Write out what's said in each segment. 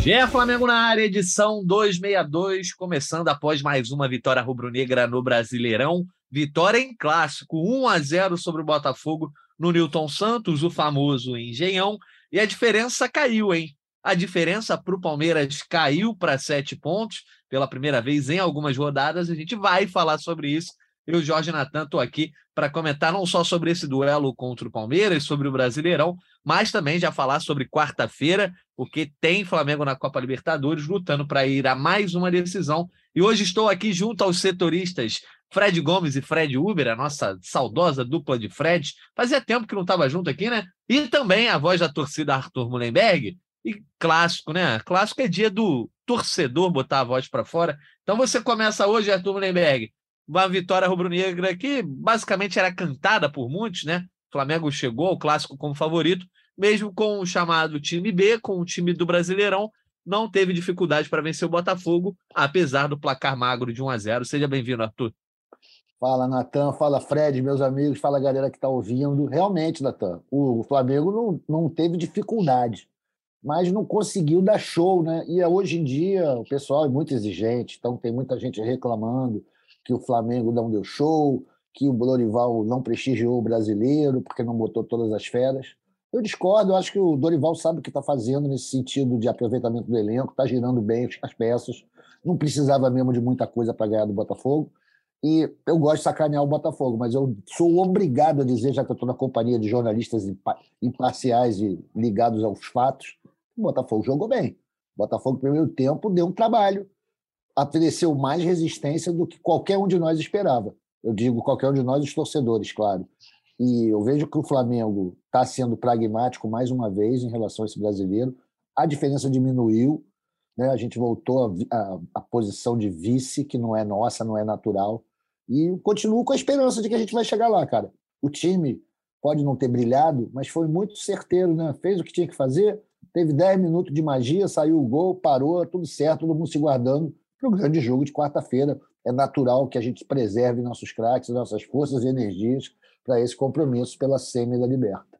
GE Flamengo na área, edição 262, começando após mais uma vitória rubro-negra no Brasileirão. Vitória em clássico, 1-0 sobre o Botafogo no Newton Santos, o famoso Engenhão. E a diferença caiu, hein? A diferença para o Palmeiras caiu para 7 pontos, pela primeira vez em algumas rodadas. A gente vai falar sobre isso. Eu e o Jorge Natan estou aqui para comentar não só sobre esse duelo contra o Palmeiras, sobre o Brasileirão, mas também já falar sobre quarta-feira, porque tem Flamengo na Copa Libertadores lutando para ir a mais uma decisão. E hoje estou aqui junto aos setoristas Fred Gomes e Fred Uber, a nossa saudosa dupla de Fred. Fazia tempo que não estava junto aqui, né? E também a voz da torcida Arthur Mullenberg. E clássico, né? Clássico é dia do torcedor botar a voz para fora. Então você começa hoje, Arthur Mullenberg, uma vitória rubro-negra que basicamente era cantada por muitos, né? O Flamengo chegou ao clássico como favorito, mesmo com o chamado time B, com o time do Brasileirão, não teve dificuldade para vencer o Botafogo, apesar do placar magro de 1-0. Seja bem-vindo, Arthur. Fala, Natan. Fala, Fred, meus amigos. Fala, galera que está ouvindo. Realmente, Natan, o Flamengo não teve dificuldade, mas não conseguiu dar show, né? E hoje em dia o pessoal é muito exigente, então tem muita gente reclamando que o Flamengo não deu show, que o Dorival não prestigiou o brasileiro porque não botou todas as feras. Eu discordo, eu acho que o Dorival sabe o que está fazendo nesse sentido de aproveitamento do elenco, está girando bem as peças, não precisava mesmo de muita coisa para ganhar do Botafogo. E eu gosto de sacanear o Botafogo, mas eu sou obrigado a dizer, já que eu estou na companhia de jornalistas imparciais e ligados aos fatos, o Botafogo jogou bem. O Botafogo, no primeiro tempo, deu um trabalho, ofereceu mais resistência do que qualquer um de nós esperava. Eu digo qualquer um de nós, os torcedores, claro. E eu vejo que o Flamengo está sendo pragmático mais uma vez em relação a esse brasileiro. A diferença diminuiu, né? A gente voltou à posição de vice, que não é nossa, não é natural. E continuo com a esperança de que a gente vai chegar lá, cara. O time pode não ter brilhado, mas foi muito certeiro, né? Fez o que tinha que fazer, teve 10 minutos de magia, saiu o gol, parou, tudo certo, todo mundo se guardando para o grande jogo de quarta-feira. É natural que a gente preserve nossos craques, nossas forças e energias para esse compromisso pela semi da Liberta.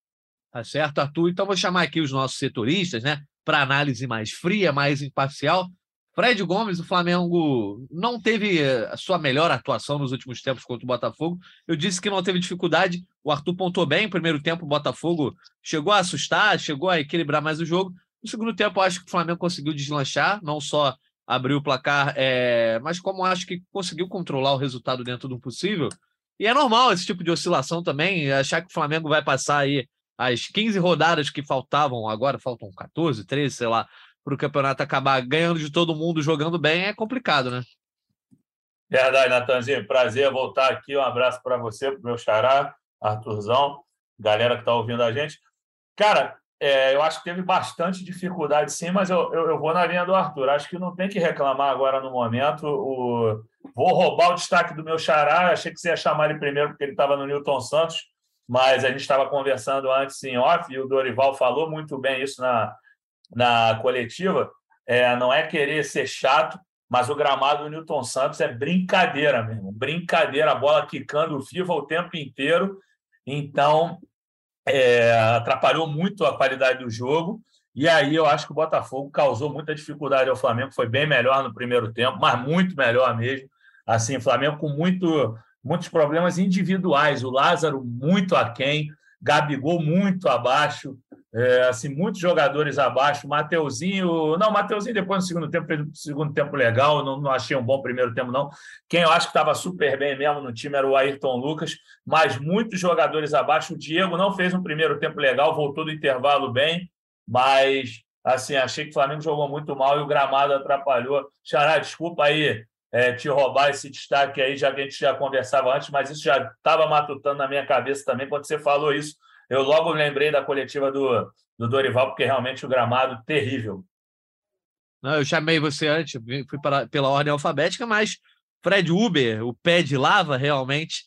Tá certo, Arthur? Então vou chamar aqui os nossos setoristas, né? Para análise mais fria, mais imparcial. Fred Gomes, o Flamengo não teve a sua melhor atuação nos últimos tempos contra o Botafogo. Eu disse que não teve dificuldade. O Arthur pontuou bem. No primeiro tempo, o Botafogo chegou a assustar, chegou a equilibrar mais o jogo. No segundo tempo, eu acho que o Flamengo conseguiu deslanchar, não só abriu o placar, mas como acho que conseguiu controlar o resultado dentro do possível. E é normal esse tipo de oscilação também, achar que o Flamengo vai passar aí as 15 rodadas que faltavam, agora faltam 14, 13, sei lá, para o campeonato acabar ganhando de todo mundo, jogando bem, é complicado, né? Verdade, Natanzinho. Prazer voltar aqui. Um abraço para você, para o meu xará, Arthurzão, galera que está ouvindo a gente. Cara, eu acho que teve bastante dificuldade, sim, mas eu vou na linha do Arthur. Acho que não tem que reclamar agora no momento. Vou roubar o destaque do meu xará. Achei que você ia chamar ele primeiro porque ele estava no Newton Santos, mas a gente estava conversando antes em off e o Dorival falou muito bem isso na coletiva. Não é querer ser chato, mas o gramado do Newton Santos é brincadeira mesmo. Brincadeira, a bola quicando viva o tempo inteiro. Então, atrapalhou muito a qualidade do jogo. E aí eu acho que o Botafogo causou muita dificuldade ao Flamengo. Foi bem melhor no primeiro tempo, mas muito melhor mesmo. Assim, o Flamengo com muitos problemas individuais. O Lázaro muito aquém, Gabigol muito abaixo, assim, muitos jogadores abaixo. Mateuzinho depois no segundo tempo fez um segundo tempo legal, não achei um bom primeiro tempo, não. Quem eu acho que estava super bem mesmo no time era o Ayrton Lucas, mas muitos jogadores abaixo. O Diego não fez um primeiro tempo legal, voltou do intervalo bem, mas assim, achei que o Flamengo jogou muito mal e o gramado atrapalhou. Xará, desculpa aí te roubar esse destaque aí, já que a gente já conversava antes, mas isso já estava matutando na minha cabeça também. Quando você falou isso, eu logo lembrei da coletiva do Dorival, porque realmente o gramado terrível. Não, eu chamei você antes, fui pela ordem alfabética, mas Fred Uber, o pé de lava, realmente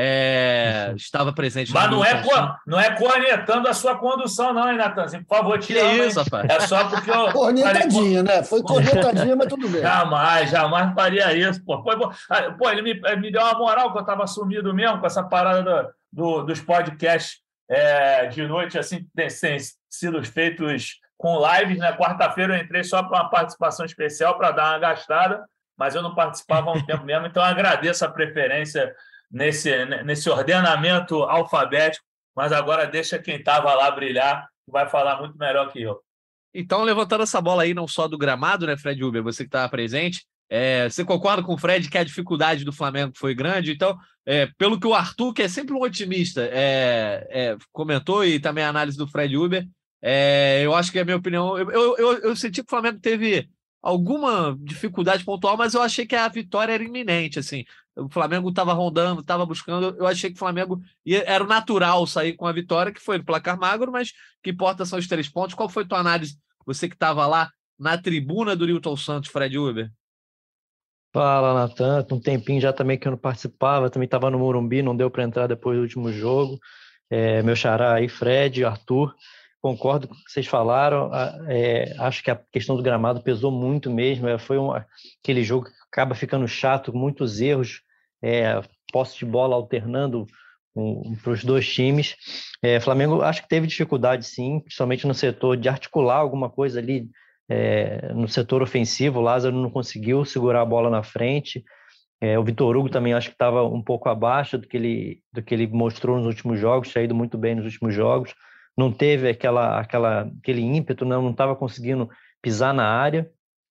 estava presente. Mas não é cornetando a sua condução, não, hein, Natanzinho? Por favor, que é isso, rapaz? É só porque eu... Cornetadinha, né? Foi cornetadinha, mas tudo bem. Jamais faria isso, pô. Pô, ele me deu uma moral que eu estava sumido mesmo com essa parada dos podcasts de noite, assim, têm sido feitos com lives, né? Quarta-feira eu entrei só para uma participação especial para dar uma gastada, mas eu não participava há um tempo mesmo, então eu agradeço a preferência nesse ordenamento alfabético, mas agora deixa quem estava lá brilhar, que vai falar muito melhor que eu. Então, levantando essa bola aí, não só do gramado, né, Fred Uber, você que estava presente, você concorda com o Fred que a dificuldade do Flamengo foi grande? Então, pelo que o Arthur, que é sempre um otimista, comentou, e também a análise do Fred Uber, eu acho que a minha opinião... Eu senti que o Flamengo teve alguma dificuldade pontual, mas eu achei que a vitória era iminente, assim. O Flamengo estava rondando, estava buscando, eu achei que o Flamengo era o natural sair com a vitória, que foi no placar magro, mas que importa são os 3 pontos. Qual foi a tua análise? Você que estava lá na tribuna do Newton Santos, Fred Uber? Fala, Natan. Um tempinho já também que eu não participava, também estava no Morumbi, não deu para entrar depois do último jogo. Meu xará aí, Fred, Arthur, concordo com o que vocês falaram. Acho que a questão do gramado pesou muito mesmo. Foi aquele jogo que acaba ficando chato, com muitos erros, posse de bola alternando para os dois times. Flamengo acho que teve dificuldade, sim, principalmente no setor de articular alguma coisa ali. No setor ofensivo, o Lázaro não conseguiu segurar a bola na frente. O Vitor Hugo também acho que estava um pouco abaixo do que ele mostrou nos últimos jogos, tinha ido muito bem nos últimos jogos. Não teve aquele ímpeto, não estava conseguindo pisar na área.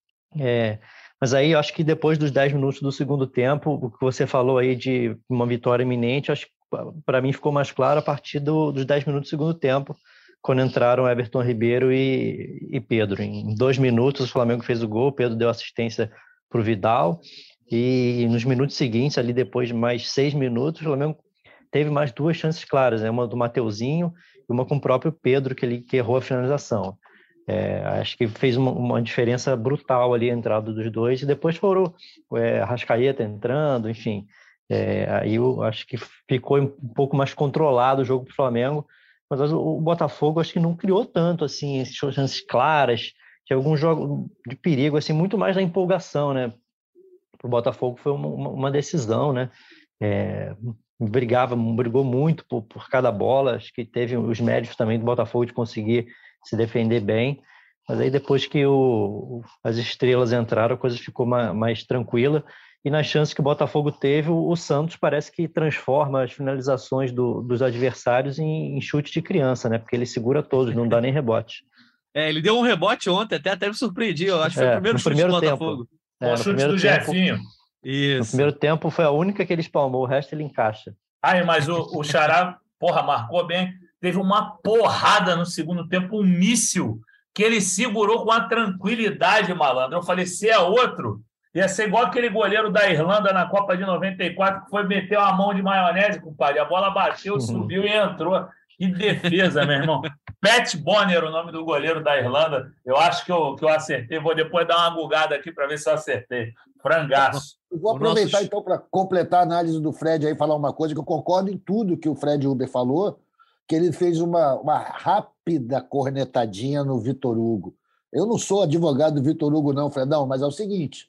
Mas aí eu acho que depois dos 10 minutos do segundo tempo, o que você falou aí de uma vitória iminente, acho que para mim ficou mais claro a partir dos 10 minutos do segundo tempo, quando entraram Everton Ribeiro e Pedro. Em 2 minutos o Flamengo fez o gol, o Pedro deu assistência para o Vidal, e nos minutos seguintes, ali depois de mais 6 minutos, o Flamengo teve mais 2 chances claras, né? Uma do Mateuzinho e uma com o próprio Pedro, que errou a finalização. Acho que fez uma diferença brutal ali a entrada dos dois, e depois foram Arrascaeta entrando, enfim. Aí eu acho que ficou um pouco mais controlado o jogo para o Flamengo, mas o Botafogo acho que não criou tanto assim, chances claras, tinha alguns jogos de perigo, assim, muito mais na empolgação, né? Para o Botafogo foi uma decisão, né? Brigou muito por cada bola, acho que teve os méritos também do Botafogo de conseguir se defender bem, mas aí depois que as estrelas entraram, a coisa ficou mais tranquila, e nas chances que o Botafogo teve, o Santos parece que transforma as finalizações dos adversários em chute de criança, né? Porque ele segura todos, não dá nem rebote. Ele deu um rebote ontem, até me surpreendi, eu acho que foi o primeiro chute do Botafogo. O chute do Jefinho. Isso. No primeiro tempo foi a única que ele espalmou, o resto ele encaixa. Mas o Xará, marcou bem. Teve uma porrada no segundo tempo, um míssil, que ele segurou com a tranquilidade, malandro. Eu falei, se é outro, ia ser igual aquele goleiro da Irlanda na Copa de 94, que foi meter uma mão de maionese, compadre. A bola bateu, subiu e entrou. Que defesa, meu irmão. Pat Bonner, o nome do goleiro da Irlanda. Eu acho que eu acertei. Vou depois dar uma gugada aqui para ver se eu acertei. Frangaço. Eu vou aproveitar, então, para completar a análise do Fred aí, falar uma coisa que eu concordo em tudo que o Fred Uber falou, que ele fez uma rápida cornetadinha no Vitor Hugo. Eu não sou advogado do Vitor Hugo, não, Fredão, mas é o seguinte,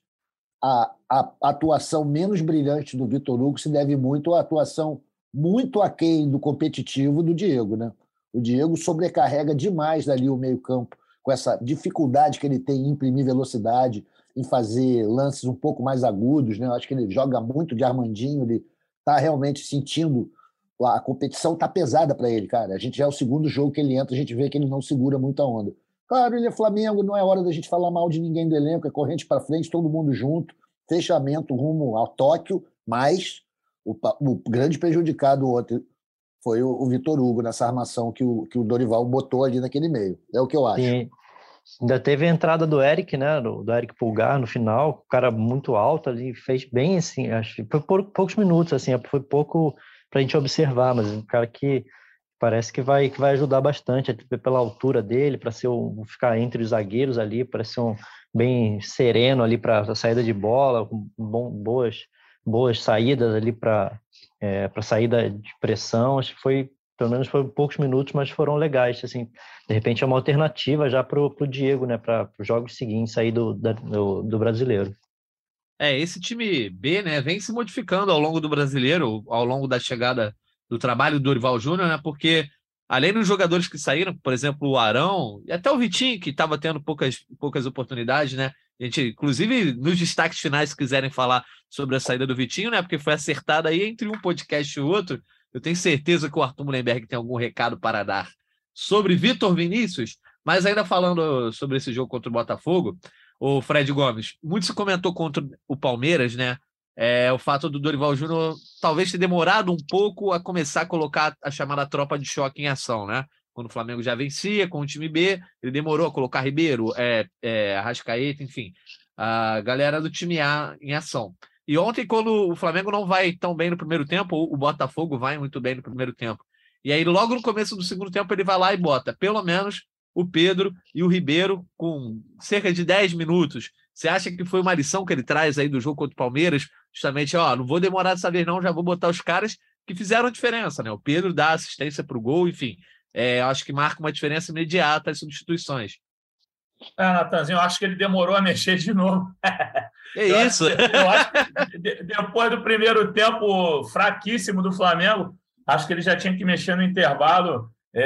a atuação menos brilhante do Vitor Hugo se deve muito à atuação muito aquém do competitivo do Diego, né? O Diego sobrecarrega demais ali o meio-campo, com essa dificuldade que ele tem em imprimir velocidade, em fazer lances um pouco mais agudos, né? Eu acho que ele joga muito de Armandinho, ele está realmente sentindo... A competição está pesada para ele, cara. A gente já é o segundo jogo que ele entra, a gente vê que ele não segura muita onda. Claro, ele é Flamengo, não é hora da gente falar mal de ninguém do elenco, é corrente para frente, todo mundo junto, fechamento rumo ao Tóquio, mas o grande prejudicado ontem foi o Vitor Hugo nessa armação que o Dorival botou ali naquele meio. É o que eu acho. Sim. Ainda teve a entrada do Eric, né? Do Eric Pulgar no final, o cara muito alto ali, fez bem assim, acho que foi por poucos minutos, assim, foi pouco para a gente observar, mas um cara que parece que vai ajudar bastante, pela altura dele, para ficar entre os zagueiros ali, para ser bem sereno ali para a saída de bola, com boas saídas ali para saída de pressão. Acho que pelo menos foi poucos minutos, mas foram legais, assim, de repente é uma alternativa já para o Diego, né, para os jogos seguintes aí do Brasileiro. Esse time B, né, vem se modificando ao longo do Brasileiro, ao longo da chegada do trabalho do Dorival Júnior, né, porque além dos jogadores que saíram, por exemplo, o Arão, e até o Vitinho, que estava tendo poucas oportunidades, né? A gente, inclusive, nos destaques finais, se quiserem falar sobre a saída do Vitinho, né? Porque foi acertada aí entre um podcast e o outro. Eu tenho certeza que o Arthur Mullenberg tem algum recado para dar sobre Vitor Vinícius, mas ainda falando sobre esse jogo contra o Botafogo, o Fred Gomes, muito se comentou contra o Palmeiras, né? O fato do Dorival Júnior talvez ter demorado um pouco a começar a colocar a chamada tropa de choque em ação, né? Quando o Flamengo já vencia com o time B, ele demorou a colocar Ribeiro, Arrascaeta, enfim, a galera do time A em ação. E ontem, quando o Flamengo não vai tão bem no primeiro tempo, o Botafogo vai muito bem no primeiro tempo. E aí, logo no começo do segundo tempo, ele vai lá e bota pelo menos o Pedro e o Ribeiro com cerca de 10 minutos. Você acha que foi uma lição que ele traz aí do jogo contra o Palmeiras? Justamente, não vou demorar dessa vez não, já vou botar os caras que fizeram a diferença, né? O Pedro dá assistência para o gol, enfim. Acho que marca uma diferença imediata as substituições. Natanzinho, eu acho que ele demorou a mexer de novo. Isso. Eu acho que depois do primeiro tempo fraquíssimo do Flamengo, acho que ele já tinha que mexer no intervalo.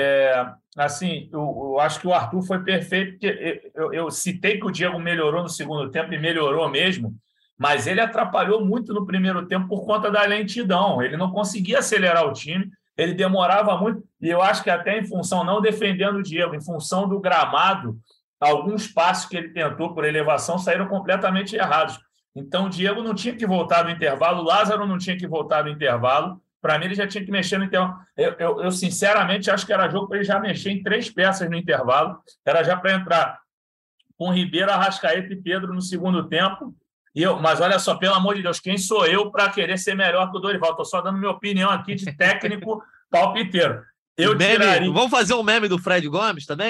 Assim, eu acho que o Arthur foi perfeito, porque eu citei que o Diego melhorou no segundo tempo e melhorou mesmo, mas ele atrapalhou muito no primeiro tempo por conta da lentidão. Ele não conseguia acelerar o time, ele demorava muito, e eu acho que até em função, não defendendo o Diego, em função do gramado, alguns passos que ele tentou por elevação saíram completamente errados. Então, o Diego não tinha que voltar no intervalo, o Lázaro não tinha que voltar no intervalo. Para mim, ele já tinha que mexer no intervalo. Eu sinceramente, acho que era jogo para ele já mexer em 3 peças no intervalo. Era já para entrar com Ribeiro, Arrascaeta e Pedro no segundo tempo. Mas olha só, pelo amor de Deus, quem sou eu para querer ser melhor que o Dorival? Estou só dando minha opinião aqui de técnico palpiteiro. Vamos fazer um meme do Fred Gomes também?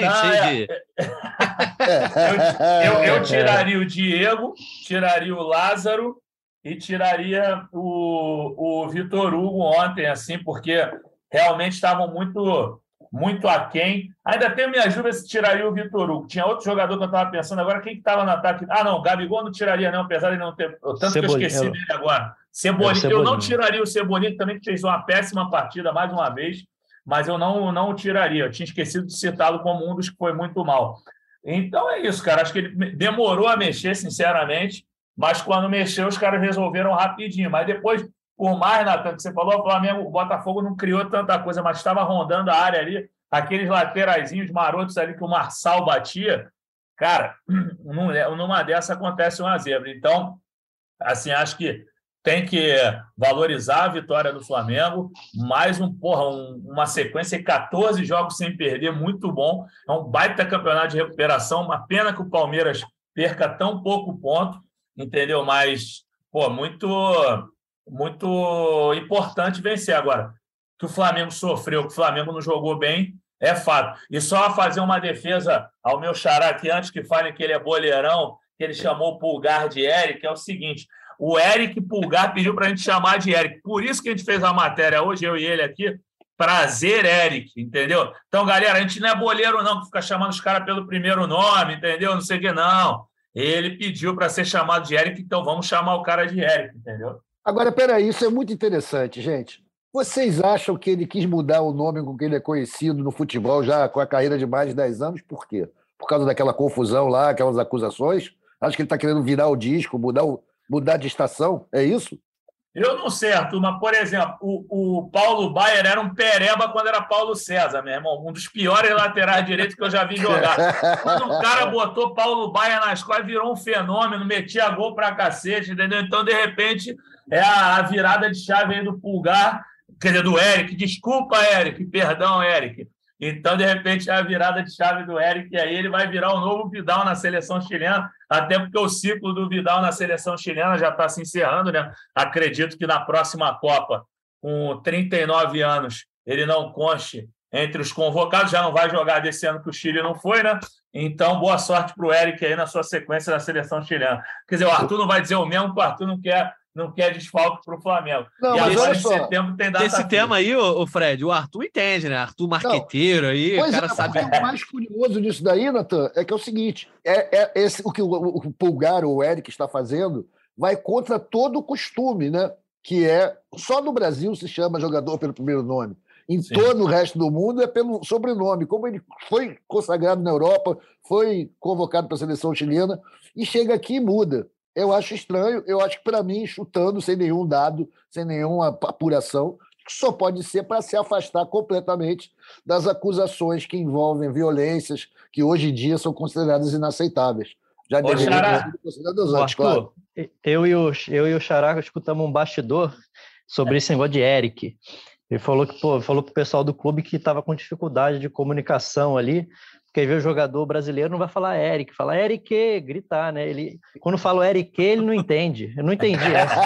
Eu tiraria o Diego, tiraria o Lázaro e tiraria o Vitor Hugo ontem, assim, porque realmente estavam muito aquém. Ainda tem minha dúvida se tiraria o Vitor Hugo. Tinha outro jogador que eu estava pensando agora, quem que estava no ataque? Não, Gabigol não tiraria, não, apesar de não ter... Tanto que eu esqueci dele agora. Cebolinha. Eu não tiraria o Cebolinha, que também fez uma péssima partida, mais uma vez, mas eu não o tiraria. Eu tinha esquecido de citá-lo como um dos que foi muito mal. Então é isso, cara. Acho que ele demorou a mexer, sinceramente, mas quando mexeu, os caras resolveram rapidinho. Mas depois, por mais, Natan, que você falou, o Flamengo, o Botafogo não criou tanta coisa, mas estava rondando a área ali, aqueles lateraizinhos marotos ali que o Marçal batia. Cara, numa dessa acontece uma zebra. Então, assim, acho que tem que valorizar a vitória do Flamengo, mais uma sequência de 14 jogos sem perder, muito bom. É um baita campeonato de recuperação, uma pena que o Palmeiras perca tão pouco ponto, entendeu? Mas, muito, muito importante vencer. Agora, que o Flamengo sofreu, que o Flamengo não jogou bem, é fato. E só fazer uma defesa ao meu xará aqui, antes que falem que ele é boleirão, que ele chamou o Pulgar de Eric, é o seguinte: o Eric Pulgar pediu para a gente chamar de Eric. Por isso que a gente fez a matéria hoje, eu e ele aqui. Prazer, Eric, entendeu? Então, galera, a gente não é boleiro, não, que fica chamando os caras pelo primeiro nome, entendeu? Não sei o que, não. Ele pediu para ser chamado de Eric, então vamos chamar o cara de Eric, entendeu? Agora, peraí, isso é muito interessante, gente. Vocês acham que ele quis mudar o nome com que ele é conhecido no futebol, já com a carreira de mais de 10 anos? Por quê? Por causa daquela confusão lá, aquelas acusações? Acho que ele está querendo virar o disco, mudar de estação? É isso? Eu não sei, Arthur, mas, por exemplo, o Paulo Baier era um pereba quando era Paulo César, meu irmão. Um dos piores laterais direitos que eu já vi jogar. Quando o cara botou Paulo Baier na escola, virou um fenômeno, metia gol pra cacete, entendeu? Então, de repente, é a virada de chave aí do Pulgar, quer dizer, do Eric. Desculpa, Eric, perdão, Eric. Então, de repente, é a virada de chave do Eric, e aí ele vai virar o novo Vidal na seleção chilena, até porque o ciclo do Vidal na seleção chilena já está se encerrando, né? Acredito que na próxima Copa, com 39 anos, ele não conste entre os convocados, já não vai jogar desse ano que o Chile não foi, né? Então, boa sorte para o Eric aí na sua sequência da seleção chilena. Quer dizer, o Arthur não vai dizer o mesmo, porque o Arthur não quer desfalque para o Flamengo. Não, e mas agora, olha em só, setembro, tem data Esse tema aí, o Fred, o Arthur entende, né? Arthur marqueteiro aí, o cara sabe. O mais curioso disso daí, Natan, é que é o seguinte: o que o Pulgar, ou o Eric, está fazendo, vai contra todo o costume, né? Que é só no Brasil se chama jogador pelo primeiro nome. em Sim. todo o resto do mundo é pelo sobrenome. Como ele foi consagrado na Europa, foi convocado para a seleção chilena e chega aqui e muda. Eu acho estranho, eu acho que para mim, chutando, sem nenhum dado, sem nenhuma apuração, só pode ser para se afastar completamente das acusações que envolvem violências que hoje em dia são consideradas inaceitáveis. Já deveriam ter sido consideradas antes, claro. Eu e o Xará escutamos um bastidor sobre esse negócio de Eric. Ele falou que, falou pro pessoal do clube que estava com dificuldade de comunicação ali, porque aí vê o jogador brasileiro não vai falar Eric, fala Eric, gritar, né? Ele, quando fala Eric, ele não entende. Eu não entendi essa.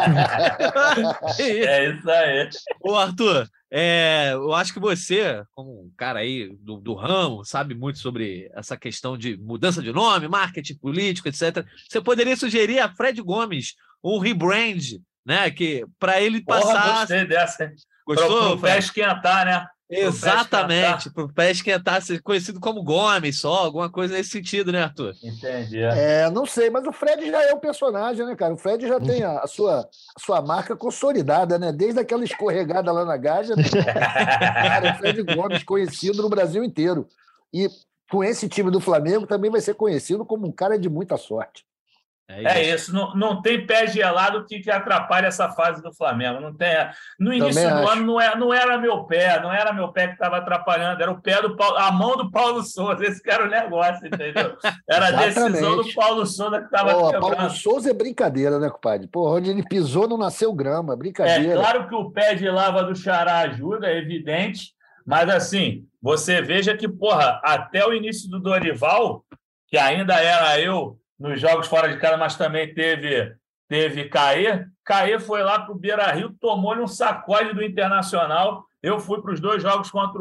É isso aí. Ô, Arthur, eu acho que você, como um cara aí do ramo, sabe muito sobre essa questão de mudança de nome, marketing político, etc. Você poderia sugerir a Fred Gomes um rebrand, né? Que para ele passar. Gostei dessa, hein? Gostou? Pro pé esquentar, né? Exatamente, pro pé esquentar, ser conhecido como Gomes só, alguma coisa nesse sentido, né, Arthur? Entendi. Não sei, mas o Fred já é um personagem, né, cara? O Fred já tem a sua marca consolidada, né? Desde aquela escorregada lá na Gávea, cara, o Fred Gomes conhecido no Brasil inteiro. E com esse time do Flamengo também vai ser conhecido como um cara de muita sorte. É isso. Não tem pé gelado que atrapalhe essa fase do Flamengo. Não tem. No início do ano não era meu pé, não era meu pé que estava atrapalhando, era o pé do Paulo, a mão do Paulo Souza. Esse que era o negócio, entendeu? Era a decisão do Paulo Souza que estava quebrando. Paulo Souza é brincadeira, né, compadre? Porra, onde ele pisou não nasceu grama, brincadeira. É claro que o pé de lava do Xará ajuda, é evidente, mas assim, você veja que, porra, até o início do Dorival, que ainda era eu nos jogos fora de casa, mas também teve Caê. Caê foi lá para o Beira-Rio, tomou-lhe um sacode do Internacional. Eu fui para os 2 jogos contra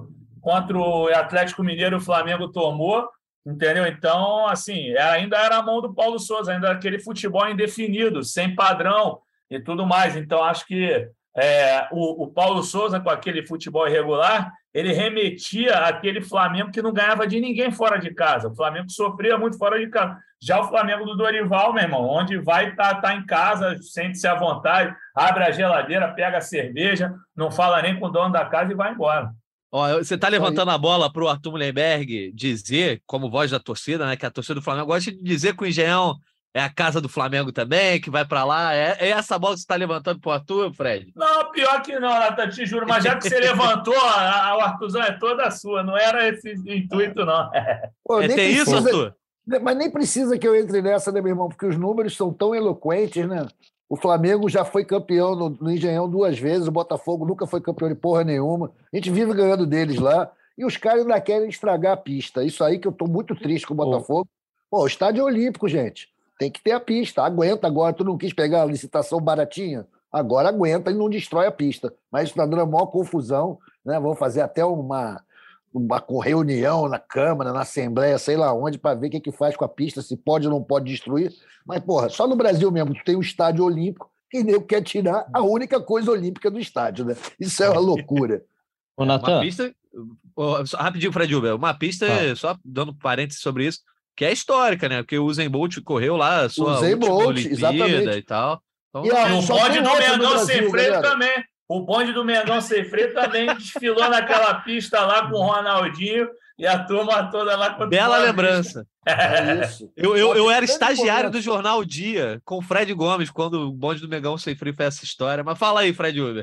o Atlético Mineiro e o Flamengo tomou, entendeu? Então, assim, ainda era a mão do Paulo Souza, ainda era aquele futebol indefinido, sem padrão e tudo mais. Então, acho que o Paulo Souza, com aquele futebol irregular, ele remetia àquele Flamengo que não ganhava de ninguém fora de casa. O Flamengo sofria muito fora de casa. Já o Flamengo do Dorival, meu irmão, onde vai tá em casa, sente-se à vontade, abre a geladeira, pega a cerveja, não fala nem com o dono da casa e vai embora. Você está levantando a bola para o Arthur Mullenberg dizer, como voz da torcida, né, que a torcida do Flamengo gosta de dizer que o Engenhão é a casa do Flamengo também, que vai para lá. É essa bola que você está levantando para o Arthur, Fred? Não, pior que não, Natan, te juro. Mas já que você levantou, o Arthurzão é toda sua. Não era esse intuito, não. Tem isso, Arthur? Mas nem precisa que eu entre nessa, né, meu irmão? Porque os números são tão eloquentes, né? O Flamengo já foi campeão no Engenhão 2 vezes, o Botafogo nunca foi campeão de porra nenhuma. A gente vive ganhando deles lá. E os caras ainda querem estragar a pista. Isso aí que eu estou muito triste com o Botafogo. Pô, o estádio é olímpico, gente. Tem que ter a pista. Aguenta agora. Tu não quis pegar a licitação baratinha? Agora aguenta e não destrói a pista. Mas isso está dando a maior confusão, né? Vão fazer até uma reunião na Câmara, na Assembleia, sei lá onde, para ver o que faz com a pista, se pode ou não pode destruir. Mas, porra, só no Brasil mesmo tu tem um estádio olímpico e nego quer tirar a única coisa olímpica do estádio, né? Isso é uma loucura. Ô, Natan. Uma pista... Rapidinho, Fred Uber. Uma pista, só dando parênteses sobre isso, que é histórica, né? Porque o Usain Bolt correu lá a sua última Olimpíada e tal. Então, e o bonde do Mengão sem freio também. O bonde do Mengão sem freio também desfilou naquela pista lá com o Ronaldinho e a turma toda lá. Bela lembrança. É isso. Eu era estagiário do jornal Dia com o Fred Gomes quando o bonde do Mengão sem freio foi essa história. Mas fala aí, Fred Uber.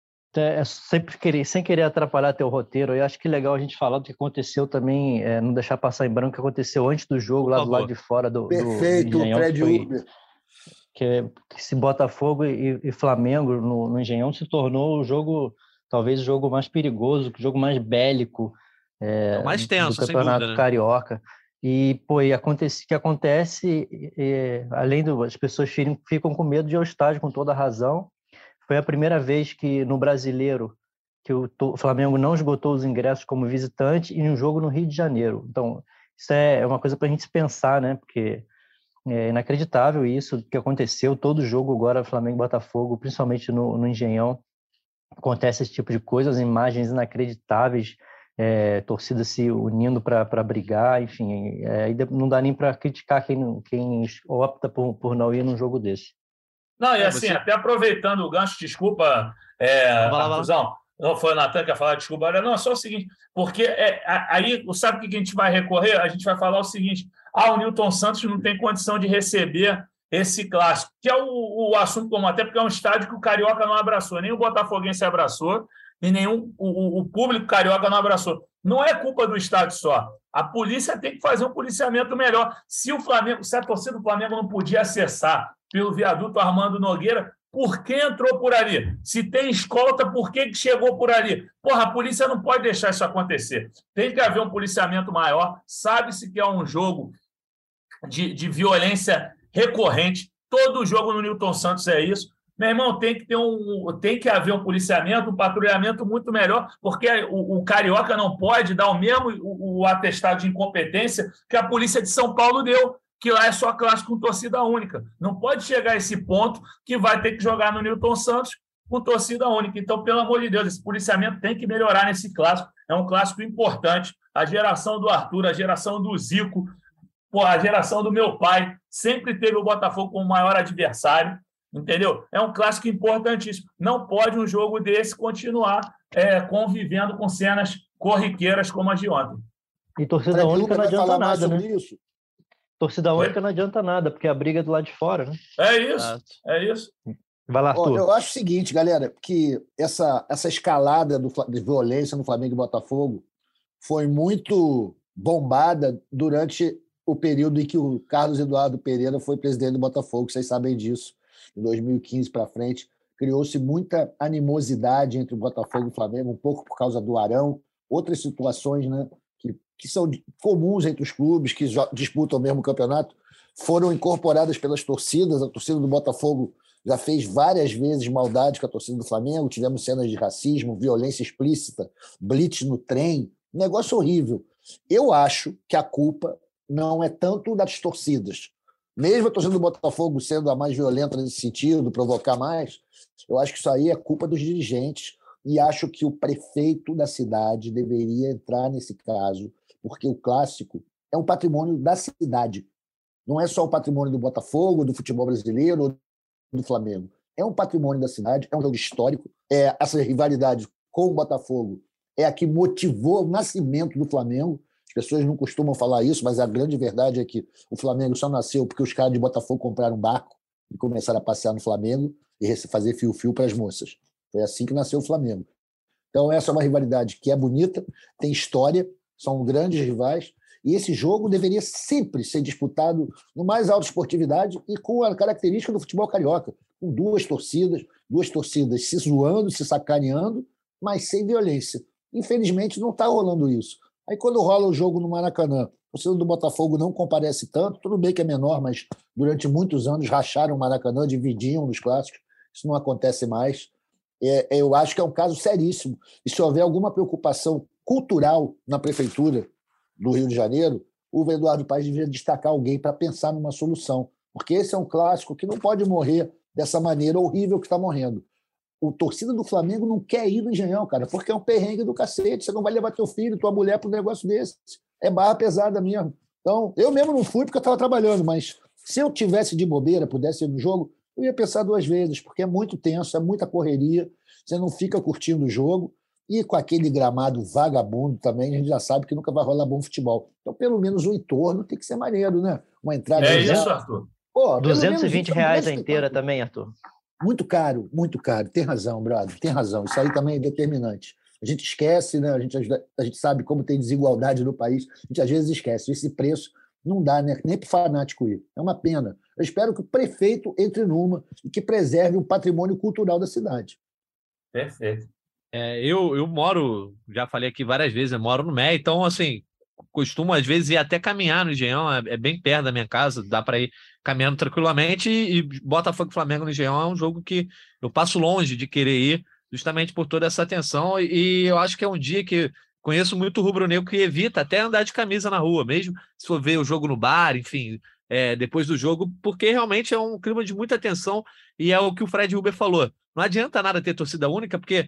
Sem querer atrapalhar teu roteiro, eu acho que é legal a gente falar do que aconteceu também, não deixar passar em branco o que aconteceu antes do jogo, lá do lado de fora do Perfeito, do Engenhão, Fred Uber. Que esse Botafogo e Flamengo no Engenhão se tornou o jogo, talvez o jogo mais perigoso, o jogo mais bélico o mais tenso, do Campeonato sem dúvida, né? Carioca. E, que acontece, além as pessoas ficam com medo de ir ao estádio com toda a razão. Foi a primeira vez que no Brasileiro que o Flamengo não esgotou os ingressos como visitante e um jogo no Rio de Janeiro. Então, isso é uma coisa para a gente pensar, né? Porque é inacreditável isso que aconteceu. Todo jogo agora, Flamengo e Botafogo, principalmente no Engenhão, acontece esse tipo de coisa, as imagens inacreditáveis, torcida se unindo para brigar, enfim. Não dá nem para criticar quem opta por não ir num jogo desse. Não, e assim, até aproveitando o gancho, desculpa, Arthurzão, Não foi o Natan que ia falar, desculpa. Olha, não, é só o seguinte, porque aí, sabe o que a gente vai recorrer? A gente vai falar o seguinte: o Nilton Santos não tem condição de receber esse clássico, que é o assunto comum, até porque é um estádio que o Carioca não abraçou, nem o Botafoguense abraçou, e nenhum o público carioca não abraçou. Não é culpa do estádio só. A polícia tem que fazer um policiamento melhor. Se a torcida do Flamengo não podia acessar pelo viaduto Armando Nogueira, por que entrou por ali? Se tem escolta, por que chegou por ali? Porra, a polícia não pode deixar isso acontecer. Tem que haver um policiamento maior. Sabe-se que é um jogo de violência recorrente. Todo jogo no Nilton Santos é isso. Meu irmão, tem que haver um policiamento, um patrulhamento muito melhor, porque o Carioca não pode dar o mesmo o atestado de incompetência que a polícia de São Paulo deu, que lá é só clássico com torcida única. Não pode chegar a esse ponto que vai ter que jogar no Nilton Santos com torcida única. Então, pelo amor de Deus, esse policiamento tem que melhorar nesse clássico. É um clássico importante. A geração do Arthur, a geração do Zico, a geração do meu pai sempre teve o Botafogo como o maior adversário. Entendeu? É um clássico importantíssimo. Não pode um jogo desse continuar convivendo com cenas corriqueiras como as de ontem. E torcida única não adianta nada, né? Isso. Torcida única não adianta nada, porque a briga é do lado de fora, né? É isso. Vai lá, Arthur. Eu acho o seguinte, galera, que essa escalada de violência no Flamengo e Botafogo foi muito bombada durante o período em que o Carlos Eduardo Pereira foi presidente do Botafogo, vocês sabem disso. Em 2015 para frente, criou-se muita animosidade entre o Botafogo e o Flamengo, um pouco por causa do Arão, outras situações, né, que são comuns entre os clubes que disputam o mesmo campeonato, foram incorporadas pelas torcidas. A torcida do Botafogo já fez várias vezes maldade com a torcida do Flamengo, tivemos cenas de racismo, violência explícita, blitz no trem, um negócio horrível. Eu acho que a culpa não é tanto das torcidas. Mesmo a torcida do Botafogo sendo a mais violenta nesse sentido, provocar mais, eu acho que isso aí é culpa dos dirigentes e acho que o prefeito da cidade deveria entrar nesse caso, porque o clássico é um patrimônio da cidade. Não é só o patrimônio do Botafogo, do futebol brasileiro ou do Flamengo. É um patrimônio da cidade, é um jogo histórico. Essa rivalidade com o Botafogo é a que motivou o nascimento do Flamengo. As pessoas não costumam falar isso, mas a grande verdade é que o Flamengo só nasceu porque os caras de Botafogo compraram um barco e começaram a passear no Flamengo e fazer fio-fio para as moças. Foi assim que nasceu o Flamengo. Então, essa é uma rivalidade que é bonita, tem história, são grandes rivais, e esse jogo deveria sempre ser disputado no mais alta esportividade e com a característica do futebol carioca, com duas torcidas se zoando, se sacaneando, mas sem violência. Infelizmente, não está rolando isso. Aí, quando rola o jogo no Maracanã, o torcedor do Botafogo não comparece tanto, tudo bem que é menor, mas durante muitos anos racharam o Maracanã, dividiam nos clássicos, isso não acontece mais. Eu acho que é um caso seríssimo. E se houver alguma preocupação cultural na prefeitura do Rio de Janeiro, o Eduardo Paes devia destacar alguém para pensar numa solução, porque esse é um clássico que não pode morrer dessa maneira horrível que está morrendo. O torcida do Flamengo não quer ir no Engenhão, cara, porque é um perrengue do cacete. Você não vai levar teu filho, tua mulher para um negócio desse. É barra pesada mesmo. Então, eu mesmo não fui porque eu estava trabalhando, mas se eu tivesse de bobeira, pudesse ir no jogo, eu ia pensar duas vezes, porque é muito tenso, é muita correria, você não fica curtindo o jogo, e com aquele gramado vagabundo também, a gente já sabe que nunca vai rolar bom futebol. Então, pelo menos o entorno tem que ser maneiro, né? Uma entrada... Isso, Arthur. Pô, R$220 a inteira também, Arthur. Muito caro, muito caro. Tem razão, brother, tem razão. Isso aí também é determinante. A gente esquece, né? A gente sabe como tem desigualdade no país, a gente às vezes esquece. Esse preço não dá, né? Nem para o fanático ir. É uma pena. Eu espero que o prefeito entre numa e que preserve o patrimônio cultural da cidade. Perfeito. Eu moro, já falei aqui várias vezes, eu moro no Mé, então, assim, costumo às vezes ir até caminhar no Engenhão, é bem perto da minha casa, dá para ir caminhando tranquilamente, e Botafogo e Flamengo no Engenhão é um jogo que eu passo longe de querer ir, justamente por toda essa atenção, e eu acho que é um dia que conheço muito rubro-negro que evita até andar de camisa na rua, mesmo se for ver o jogo no bar, enfim, depois do jogo, porque realmente é um clima de muita tensão, e é o que o Fred Huber falou, não adianta nada ter torcida única, porque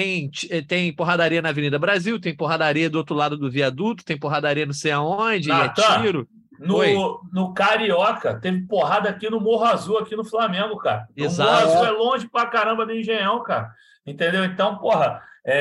tem porradaria na Avenida Brasil, tem porradaria do outro lado do viaduto, tem porradaria não sei aonde, é tiro. no Carioca, teve porrada aqui no Morro Azul, aqui no Flamengo, cara. Exato. O Morro Azul é longe pra caramba do Engenhão, cara. Entendeu? Então, porra,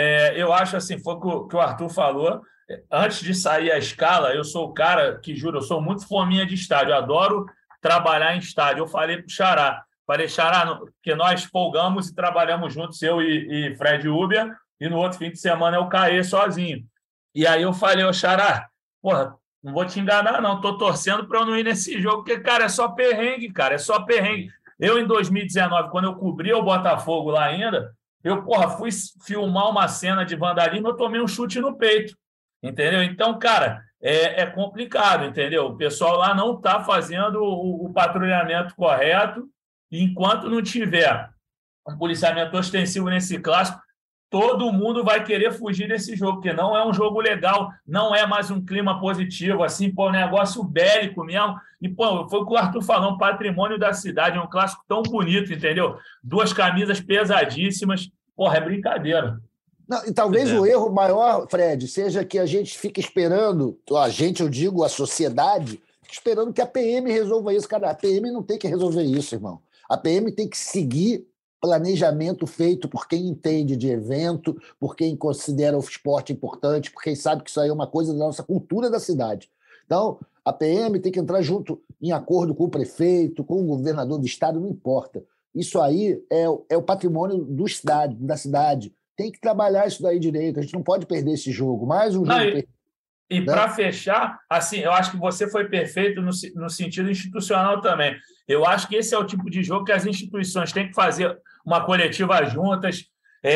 eu acho assim, foi o que o Arthur falou. Antes de sair a escala, eu sou o cara que, juro, eu sou muito fominha de estádio. Eu adoro trabalhar em estádio. Eu falei pro Xará, Xará, que nós folgamos e trabalhamos juntos, eu e Fred Uber, e no outro fim de semana eu caí sozinho. E aí eu falei, ô Xará, porra, não vou te enganar, não. Tô torcendo para eu não ir nesse jogo, porque, cara, é só perrengue, cara. É só perrengue. Eu, em 2019, quando eu cobria o Botafogo lá ainda, eu, porra, fui filmar uma cena de vandalismo, eu tomei um chute no peito. Entendeu? Então, cara, é complicado, entendeu? O pessoal lá não está fazendo o patrulhamento correto. E enquanto não tiver um policiamento ostensivo nesse clássico, todo mundo vai querer fugir desse jogo, porque não é um jogo legal, não é mais um clima positivo, assim, pô, um negócio bélico mesmo. E, pô, foi o que o Arthur falou, um patrimônio da cidade, é um clássico tão bonito, entendeu? 2 camisas pesadíssimas, porra, é brincadeira. Não, e talvez o erro maior, Fred, seja que a gente fica esperando, a gente, eu digo, a sociedade, esperando que a PM resolva isso. Cara, a PM não tem que resolver isso, irmão. A PM tem que seguir planejamento feito por quem entende de evento, por quem considera o esporte importante, por quem sabe que isso aí é uma coisa da nossa cultura da cidade. Então, a PM tem que entrar junto, em acordo com o prefeito, com o governador do estado, não importa. Isso aí é o patrimônio do estado, da cidade. Tem que trabalhar isso daí direito. A gente não pode perder esse jogo. Mais um jogo. E para fechar, assim, eu acho que você foi perfeito no sentido institucional também. Eu acho que esse é o tipo de jogo que as instituições têm que fazer uma coletiva juntas,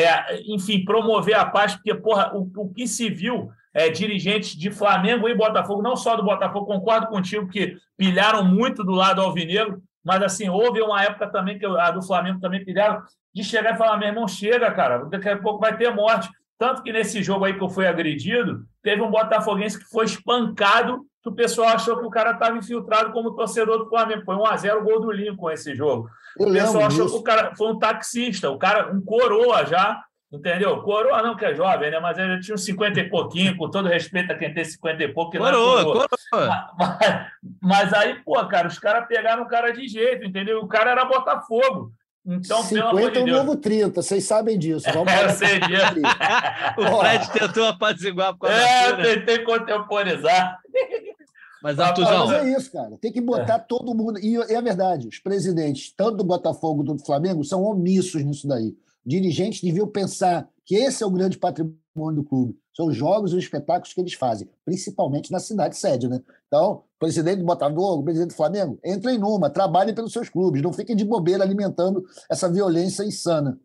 enfim, promover a paz, porque, porra, o que se viu dirigentes de Flamengo e Botafogo, não só do Botafogo, concordo contigo que pilharam muito do lado alvinegro, mas, assim, houve uma época também que a do Flamengo também pilharam, de chegar e falar, meu irmão, chega, cara, daqui a pouco vai ter morte. Tanto que nesse jogo aí que eu fui agredido, teve um botafoguense que foi espancado, que o pessoal achou que o cara estava infiltrado como torcedor do Flamengo. Foi 1-0 o gol do Lincoln esse jogo. O pessoal achou que o cara foi um taxista, o cara, um coroa já, entendeu? Coroa não, que é jovem, né? Mas ele tinha uns 50 e pouquinho, com todo respeito a quem tem 50 e pouco. Coroa. Mas aí, pô, cara, os caras pegaram o cara de jeito, entendeu? O cara era Botafogo. Então, 50 é o novo 30, vocês sabem disso. Vamos eu sei disso. O Fred tentou apaziguar com a eu tentei contemporizar. Mas, Arthurzão... Mas é isso, cara. Tem que botar todo mundo... E é verdade, os presidentes, tanto do Botafogo quanto do Flamengo, são omissos nisso daí. Dirigentes deviam pensar que esse é o grande patrimônio do clube. São os jogos e os espetáculos que eles fazem, principalmente na cidade sede, né? Então, presidente do Botafogo, presidente do Flamengo, entrem numa, trabalhem pelos seus clubes, não fiquem de bobeira alimentando essa violência insana.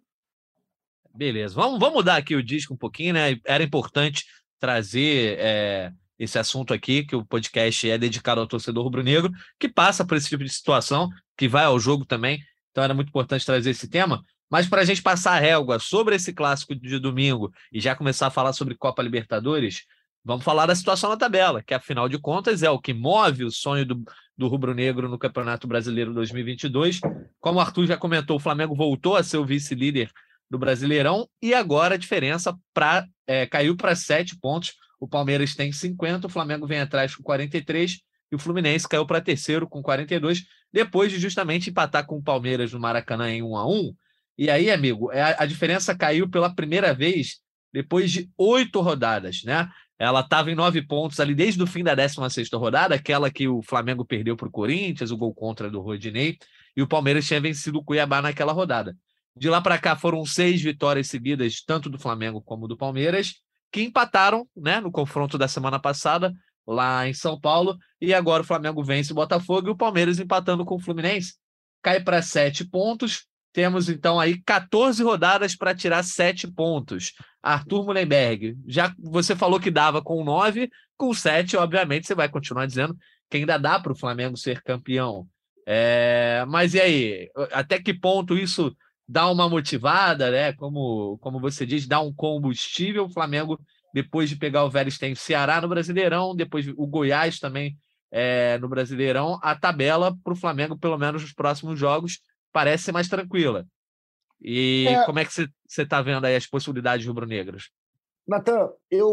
Beleza, vamos mudar aqui o disco um pouquinho, né? Era importante trazer esse assunto aqui, que o podcast é dedicado ao torcedor rubro-negro, que passa por esse tipo de situação, que vai ao jogo também, então era muito importante trazer esse tema. Mas para a gente passar a régua sobre esse clássico de domingo e já começar a falar sobre Copa Libertadores, vamos falar da situação na tabela, que afinal de contas é o que move o sonho do rubro-negro no Campeonato Brasileiro 2022. Como o Arthur já comentou, o Flamengo voltou a ser o vice-líder do Brasileirão e agora a diferença caiu para 7 pontos. O Palmeiras tem 50, o Flamengo vem atrás com 43 e o Fluminense caiu para terceiro com 42, depois de justamente empatar com o Palmeiras no Maracanã em 1-1. E aí, amigo, a diferença caiu pela primeira vez depois de 8 rodadas, né? Ela estava em 9 pontos ali desde o fim da 16ª rodada, aquela que o Flamengo perdeu para o Corinthians, o gol contra do Rodinei, e o Palmeiras tinha vencido o Cuiabá naquela rodada. De lá para cá foram 6 vitórias seguidas, tanto do Flamengo como do Palmeiras, que empataram, né, no confronto da semana passada, lá em São Paulo, e agora o Flamengo vence o Botafogo e o Palmeiras empatando com o Fluminense. Cai para 7 pontos. Temos, então, aí 14 rodadas para tirar 7 pontos. Arthur Mullenberg, já você falou que dava com 9, com 7, obviamente, você vai continuar dizendo que ainda dá para o Flamengo ser campeão. Mas e aí? Até que ponto isso dá uma motivada, né? Como você diz, dá um combustível. O Flamengo, depois de pegar o Vélez, tem o Ceará no Brasileirão, depois o Goiás também no Brasileirão. A tabela para o Flamengo, pelo menos nos próximos jogos, parece ser mais tranquila. E como é que você está vendo aí as possibilidades rubro-negras? Natan, eu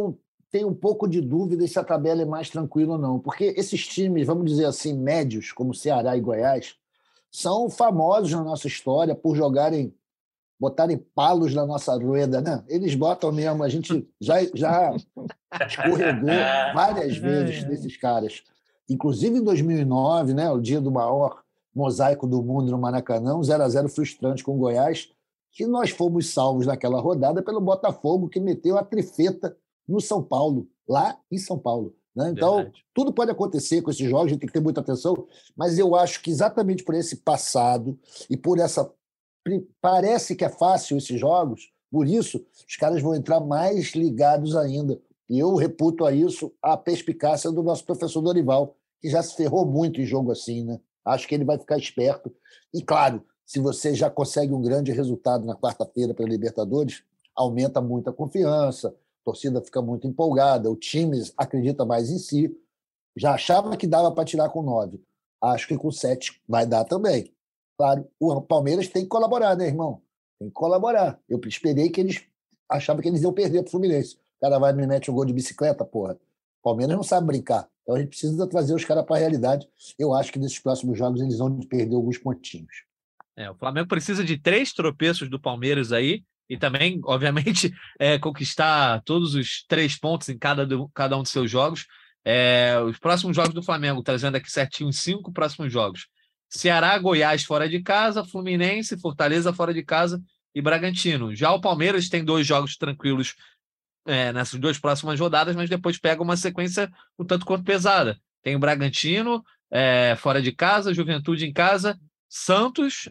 tenho um pouco de dúvida se a tabela é mais tranquila ou não, porque esses times, vamos dizer assim, médios, como Ceará e Goiás, são famosos na nossa história por botarem palos na nossa rueda, né? Eles botam mesmo, a gente já escorregou várias vezes desses caras. Inclusive em 2009, né, o dia do maior mosaico do mundo no Maracanã, 0-0 frustrante com o Goiás, que nós fomos salvos naquela rodada pelo Botafogo, que meteu a trifeta no São Paulo, lá em São Paulo. Né? Então, Verdade. tudo pode acontecer com esses jogos, a gente tem que ter muita atenção, mas eu acho que exatamente por esse passado e por essa... Parece que é fácil esses jogos, por isso os caras vão entrar mais ligados ainda. E eu reputo a isso a perspicácia do nosso professor Dorival, que já se ferrou muito em jogo assim, né? Acho que ele vai ficar esperto. E, claro, se você já consegue um grande resultado na quarta-feira para a Libertadores, aumenta muito a confiança, a torcida fica muito empolgada, o time acredita mais em si. Já achava que dava para tirar com 9. Acho que com 7 vai dar também. Claro, o Palmeiras tem que colaborar, né, irmão? Tem que colaborar. Eu esperei que eles achavam que eles iam perder para o Fluminense. O cara vai e me mete um gol de bicicleta, porra. O Palmeiras não sabe brincar. Então a gente precisa trazer os caras para a realidade. Eu acho que nesses próximos jogos eles vão perder alguns pontinhos. O Flamengo precisa de 3 tropeços do Palmeiras aí e também, obviamente, conquistar todos os 3 pontos em cada um de seus jogos. Os próximos jogos do Flamengo, trazendo aqui certinho os 5 próximos jogos. Ceará, Goiás fora de casa, Fluminense, Fortaleza fora de casa e Bragantino. Já o Palmeiras tem 2 jogos tranquilos nessas 2 próximas rodadas, mas depois pega uma sequência um tanto quanto pesada. Tem o Bragantino fora de casa, Juventude em casa, Santos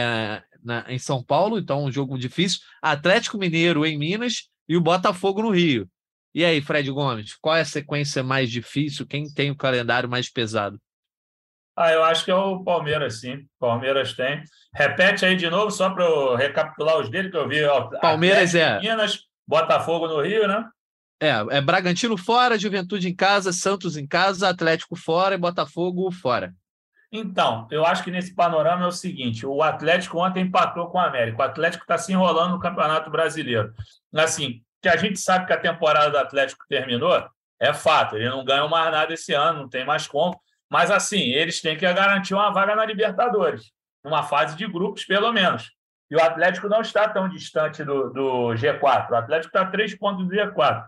em São Paulo, então um jogo difícil, Atlético Mineiro em Minas e o Botafogo no Rio. E aí, Fred Gomes, qual é a sequência mais difícil? Quem tem o calendário mais pesado? Eu acho que é o Palmeiras, sim. Palmeiras tem. Repete aí de novo, só para eu recapitular os dele, que eu vi. Palmeiras Atlético, Minas, Botafogo no Rio, né? Bragantino fora, Juventude em casa, Santos em casa, Atlético fora e Botafogo fora. Então, eu acho que nesse panorama é o seguinte: o Atlético ontem empatou com o América. O Atlético está se enrolando no Campeonato Brasileiro. Assim, que a gente sabe que a temporada do Atlético terminou, é fato. Ele não ganhou mais nada esse ano, não tem mais como. Mas, assim, eles têm que garantir uma vaga na Libertadores, numa fase de grupos, pelo menos. E o Atlético não está tão distante do G4. O Atlético está a 3 pontos do G4.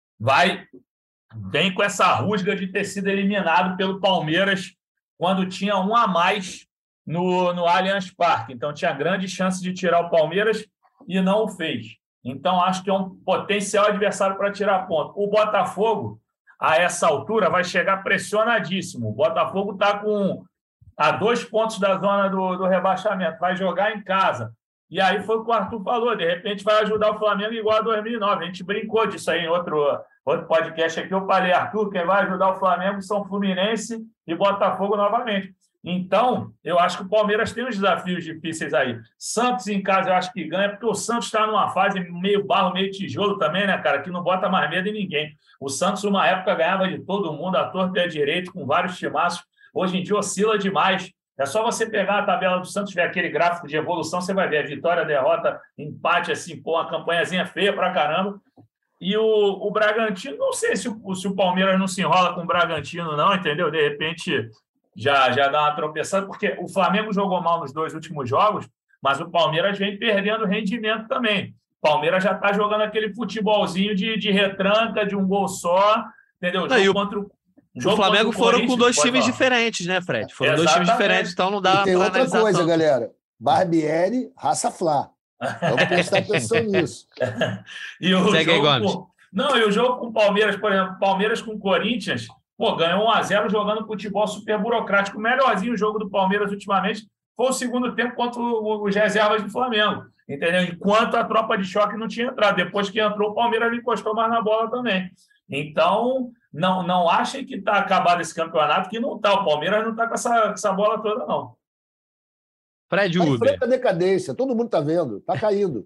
Vem com essa rusga de ter sido eliminado pelo Palmeiras quando tinha um a mais no Allianz Parque. Então, tinha grande chance de tirar o Palmeiras e não o fez. Então, acho que é um potencial adversário para tirar ponto. O Botafogo, a essa altura, vai chegar pressionadíssimo. O Botafogo está a 2 pontos da zona do rebaixamento. Vai jogar em casa. E aí foi o que o Arthur falou. De repente, vai ajudar o Flamengo igual a 2009. A gente brincou disso aí em outro podcast aqui. Eu falei, Arthur, quem vai ajudar o Flamengo são Fluminense e Botafogo novamente. Então, eu acho que o Palmeiras tem uns desafios difíceis aí. Santos em casa eu acho que ganha, porque o Santos está numa fase meio barro, meio tijolo também, né, cara? Que não bota mais medo em ninguém. O Santos, uma época, ganhava de todo mundo, à torta e à direita, com vários timaços. Hoje em dia oscila demais. É só você pegar a tabela do Santos, ver aquele gráfico de evolução, você vai ver a vitória, a derrota, empate, assim, uma campanhazinha feia pra caramba. E o Bragantino, não sei se o Palmeiras não se enrola com o Bragantino, não, entendeu? De repente já dá uma tropeçada, porque o Flamengo jogou mal nos 2 últimos jogos, mas o Palmeiras vem perdendo rendimento também. O Palmeiras já está jogando aquele futebolzinho de retranca, de um gol só, entendeu? O Flamengo foram com 2 times diferentes, né, Fred? Foram 2 times diferentes, então não dá para analisar. E tem outra coisa, tanto. galera. Barbieri, raça Flá. Vamos prestar atenção nisso. Segue aí, Gomes. E o jogo com o Palmeiras, por exemplo, Palmeiras com o Corinthians, ganhou 1-0 jogando futebol super burocrático. O melhorzinho jogo do Palmeiras ultimamente foi o segundo tempo contra os reservas do Flamengo, entendeu? Enquanto a tropa de choque não tinha entrado. Depois que entrou, o Palmeiras encostou mais na bola também. Então, não achem que está acabado esse campeonato, que não está. O Palmeiras não está com essa bola toda, não. Fred Uber. Tá decadência, todo mundo está vendo, está caindo.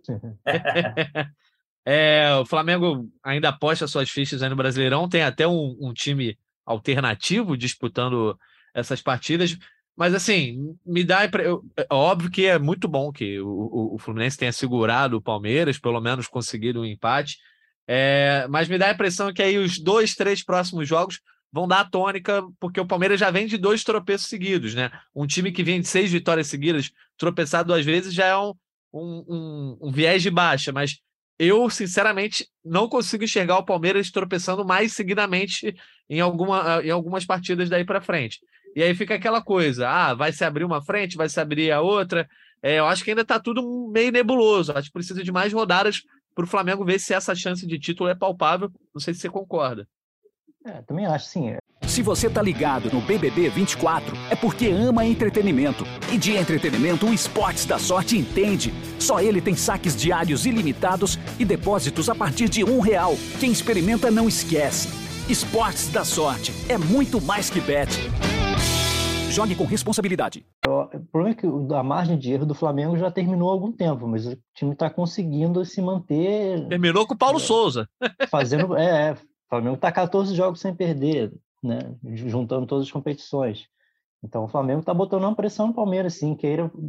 O Flamengo ainda aposta suas fichas aí no Brasileirão, tem até um time alternativo disputando essas partidas, mas assim, me dá óbvio que é muito bom que o Fluminense tenha segurado o Palmeiras, pelo menos conseguido um empate, Mas me dá a impressão que aí os 2, 3 próximos jogos vão dar a tônica, porque o Palmeiras já vem de 2 tropeços seguidos, né? Um time que vem de 6 vitórias seguidas, tropeçar 2 vezes já é um viés de baixa, mas eu, sinceramente, não consigo enxergar o Palmeiras tropeçando mais seguidamente em algumas partidas daí para frente. E aí fica aquela coisa, vai se abrir uma frente, vai se abrir a outra. Eu acho que ainda está tudo meio nebuloso. Acho que precisa de mais rodadas para o Flamengo ver se essa chance de título é palpável. Não sei se você concorda. Também acho, sim. Se você tá ligado no BBB 24, é porque ama entretenimento. E de entretenimento, o Esportes da Sorte entende. Só ele tem saques diários ilimitados e depósitos a partir de R$1. Quem experimenta não esquece. Esportes da Sorte é muito mais que bet. Jogue com responsabilidade. O problema é que a margem de erro do Flamengo já terminou há algum tempo, mas o time está conseguindo se manter... Terminou com o Paulo Souza. Fazendo... O Flamengo está 14 jogos sem perder, né? Juntando todas as competições. Então o Flamengo está botando uma pressão no Palmeiras, sim,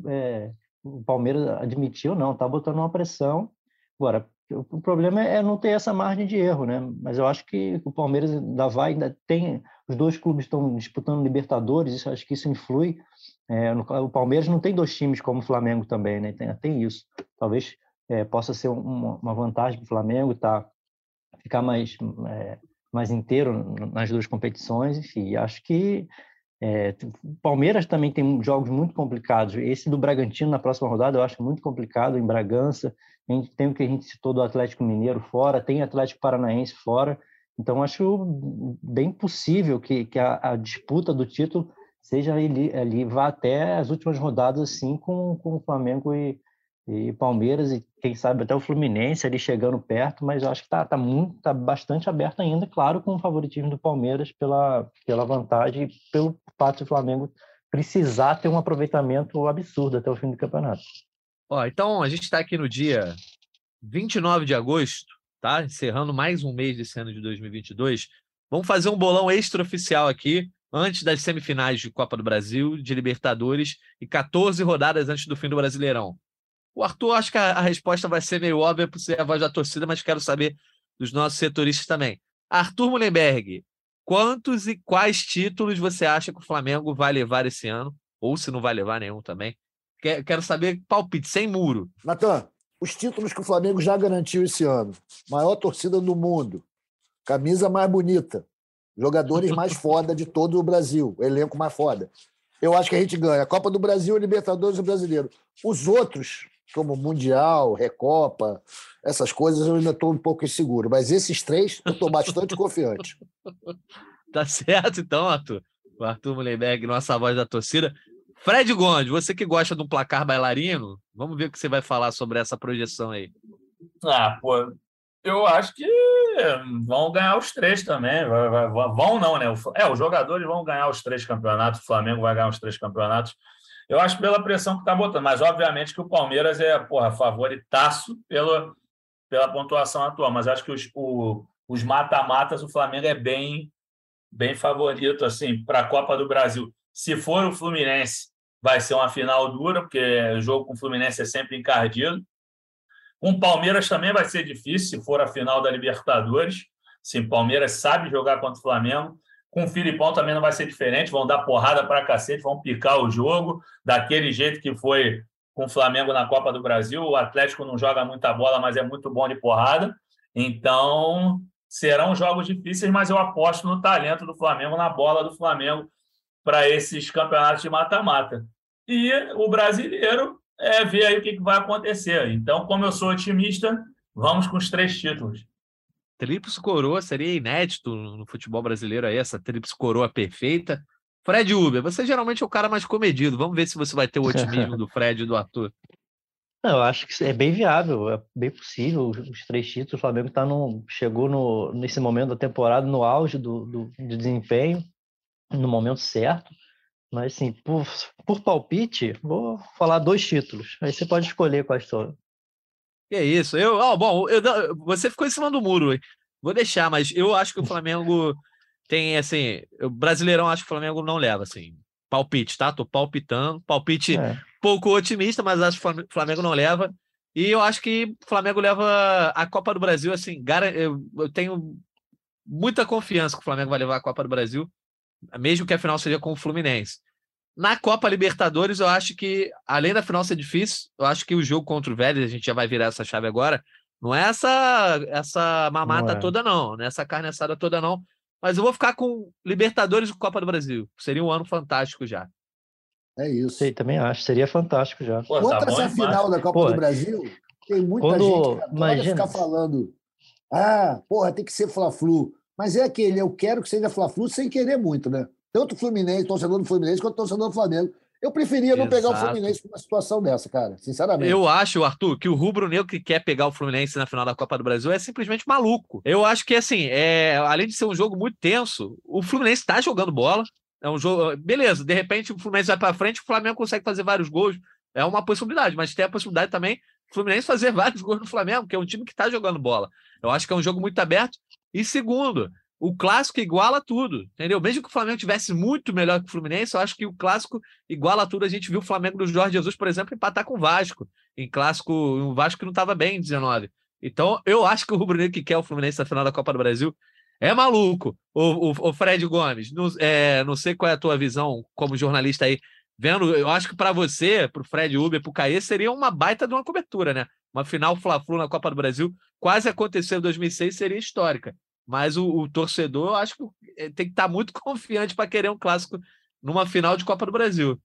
o Palmeiras admitiu, não, está botando uma pressão. Agora, o problema é não ter essa margem de erro, né? Mas eu acho que o Palmeiras ainda tem... Os 2 clubes estão disputando Libertadores, acho que isso influi. O Palmeiras não tem 2 times como o Flamengo também, né? Tem isso. Talvez possa ser uma vantagem para o Flamengo, ficar mais inteiro nas 2 competições. Enfim, acho que o Palmeiras também tem jogos muito complicados. Esse do Bragantino na próxima rodada eu acho muito complicado, em Bragança. A gente tem o que a gente citou do Atlético Mineiro fora, tem Atlético Paranaense fora. Então acho bem possível que a disputa do título seja ali vá até as últimas rodadas assim com o Flamengo e Palmeiras, e quem sabe até o Fluminense ali chegando perto, mas eu acho que tá bastante aberto ainda, claro, com o favoritismo do Palmeiras pela vantagem e pelo fato do Flamengo precisar ter um aproveitamento absurdo até o fim do campeonato. Então a gente está aqui no dia 29 de agosto, tá? Encerrando mais um mês desse ano de 2022. Vamos fazer um bolão extraoficial aqui, antes das semifinais de Copa do Brasil, de Libertadores, e 14 rodadas antes do fim do Brasileirão. O Arthur, acho que a resposta vai ser meio óbvia por ser a voz da torcida, mas quero saber dos nossos setoristas também. Arthur Mullenberg, quantos e quais títulos você acha que o Flamengo vai levar esse ano? Ou se não vai levar nenhum também? Quero saber palpite, sem muro. Natan, os títulos que o Flamengo já garantiu esse ano. Maior torcida do mundo. Camisa mais bonita. Jogadores mais foda de todo o Brasil. Elenco mais foda. Eu acho que a gente ganha a Copa do Brasil, a Libertadores e o Brasileiro. Os outros, como Mundial, Recopa, essas coisas, eu ainda estou um pouco inseguro. Mas esses 3, eu estou bastante confiante. Tá certo, então, Arthur. O Arthur Mullenberg, nossa voz da torcida. Fred Gomes, você que gosta de um placar bailarino, vamos ver o que você vai falar sobre essa projeção aí. Eu acho que vão ganhar os 3 também. Vão não, né? Os jogadores vão ganhar os 3 campeonatos, o Flamengo vai ganhar os 3 campeonatos. Eu acho pela pressão que está botando, mas obviamente que o Palmeiras é favoritaço pela pontuação atual, mas acho que os mata-matas, o Flamengo é bem favorito assim, para a Copa do Brasil. Se for o Fluminense, vai ser uma final dura, porque o jogo com o Fluminense é sempre encardido. Com o Palmeiras também vai ser difícil, se for a final da Libertadores. Sim, o Palmeiras sabe jogar contra o Flamengo. Com o Filipão também não vai ser diferente, vão dar porrada para cacete, vão picar o jogo, daquele jeito que foi com o Flamengo na Copa do Brasil. O Atlético não joga muita bola, mas é muito bom de porrada. Então, serão jogos difíceis, mas eu aposto no talento do Flamengo, na bola do Flamengo, para esses campeonatos de mata-mata. E o brasileiro ver aí o que vai acontecer. Então, como eu sou otimista, vamos com os 3 títulos. Tríplice coroa seria inédito no futebol brasileiro aí, essa tríplice coroa perfeita. Fred Uber, você geralmente é o cara mais comedido. Vamos ver se você vai ter o otimismo do Fred e do Arthur. Eu acho que é bem viável, é bem possível. Os 3 títulos, o Flamengo chegou nesse momento da temporada no auge do desempenho, no momento certo. Mas, assim, por palpite, vou falar 2 títulos. Aí você pode escolher quais são. Que é isso? Você ficou em cima do muro, hein? Vou deixar, mas eu acho que o Flamengo tem, assim... O Brasileirão, acho que o Flamengo não leva, assim. Palpite, tá? Tô palpitando. Palpite pouco otimista, mas acho que o Flamengo não leva. E eu acho que o Flamengo leva a Copa do Brasil, assim, eu tenho muita confiança que o Flamengo vai levar a Copa do Brasil, mesmo que a final seja com o Fluminense. Na Copa Libertadores, eu acho que, além da final ser difícil, eu acho que o jogo contra o Vélez, a gente já vai virar essa chave agora, não é essa mamata toda, não é essa carne assada toda, não. Mas eu vou ficar com Libertadores e Copa do Brasil. Seria um ano fantástico já. É isso. Sei, também acho. Seria fantástico já. Pô, Contra tá bom essa demais. final da Copa do Brasil, tem muita gente que adora imagina, ficar falando tem que ser Fla-Flu. Mas é aquele, eu quero que seja Fla-Flu sem querer muito, né? Tanto o Fluminense, torcedor do Fluminense, quanto o torcedor do Flamengo. Eu preferia não pegar o Fluminense numa situação dessa, cara, sinceramente. Eu acho, Arthur, que o rubro-negro que quer pegar o Fluminense na final da Copa do Brasil é simplesmente maluco. Eu acho que, assim, além de ser um jogo muito tenso, o Fluminense está jogando bola. É um jogo. Beleza, de repente o Fluminense vai para frente, o Flamengo consegue fazer vários gols. É uma possibilidade, mas tem a possibilidade também do Fluminense fazer vários gols no Flamengo, que é um time que está jogando bola. Eu acho que é um jogo muito aberto. E segundo, o clássico iguala tudo, entendeu? Mesmo que o Flamengo tivesse muito melhor que o Fluminense, eu acho que o clássico iguala tudo. A gente viu o Flamengo do Jorge Jesus, por exemplo, empatar com o Vasco, em clássico, um Vasco que não estava bem em 19. Então, eu acho que o rubro-negro que quer o Fluminense na final da Copa do Brasil é maluco. O Fred Gomes, não sei qual é a tua visão como jornalista aí, vendo, eu acho que para você, para o Fred Uber, para o Caê, seria uma baita de uma cobertura, né? Uma final Fla-Flu na Copa do Brasil, quase aconteceu em 2006, seria histórica. Mas o torcedor, eu acho que tem que estar muito confiante para querer um clássico numa final de Copa do Brasil.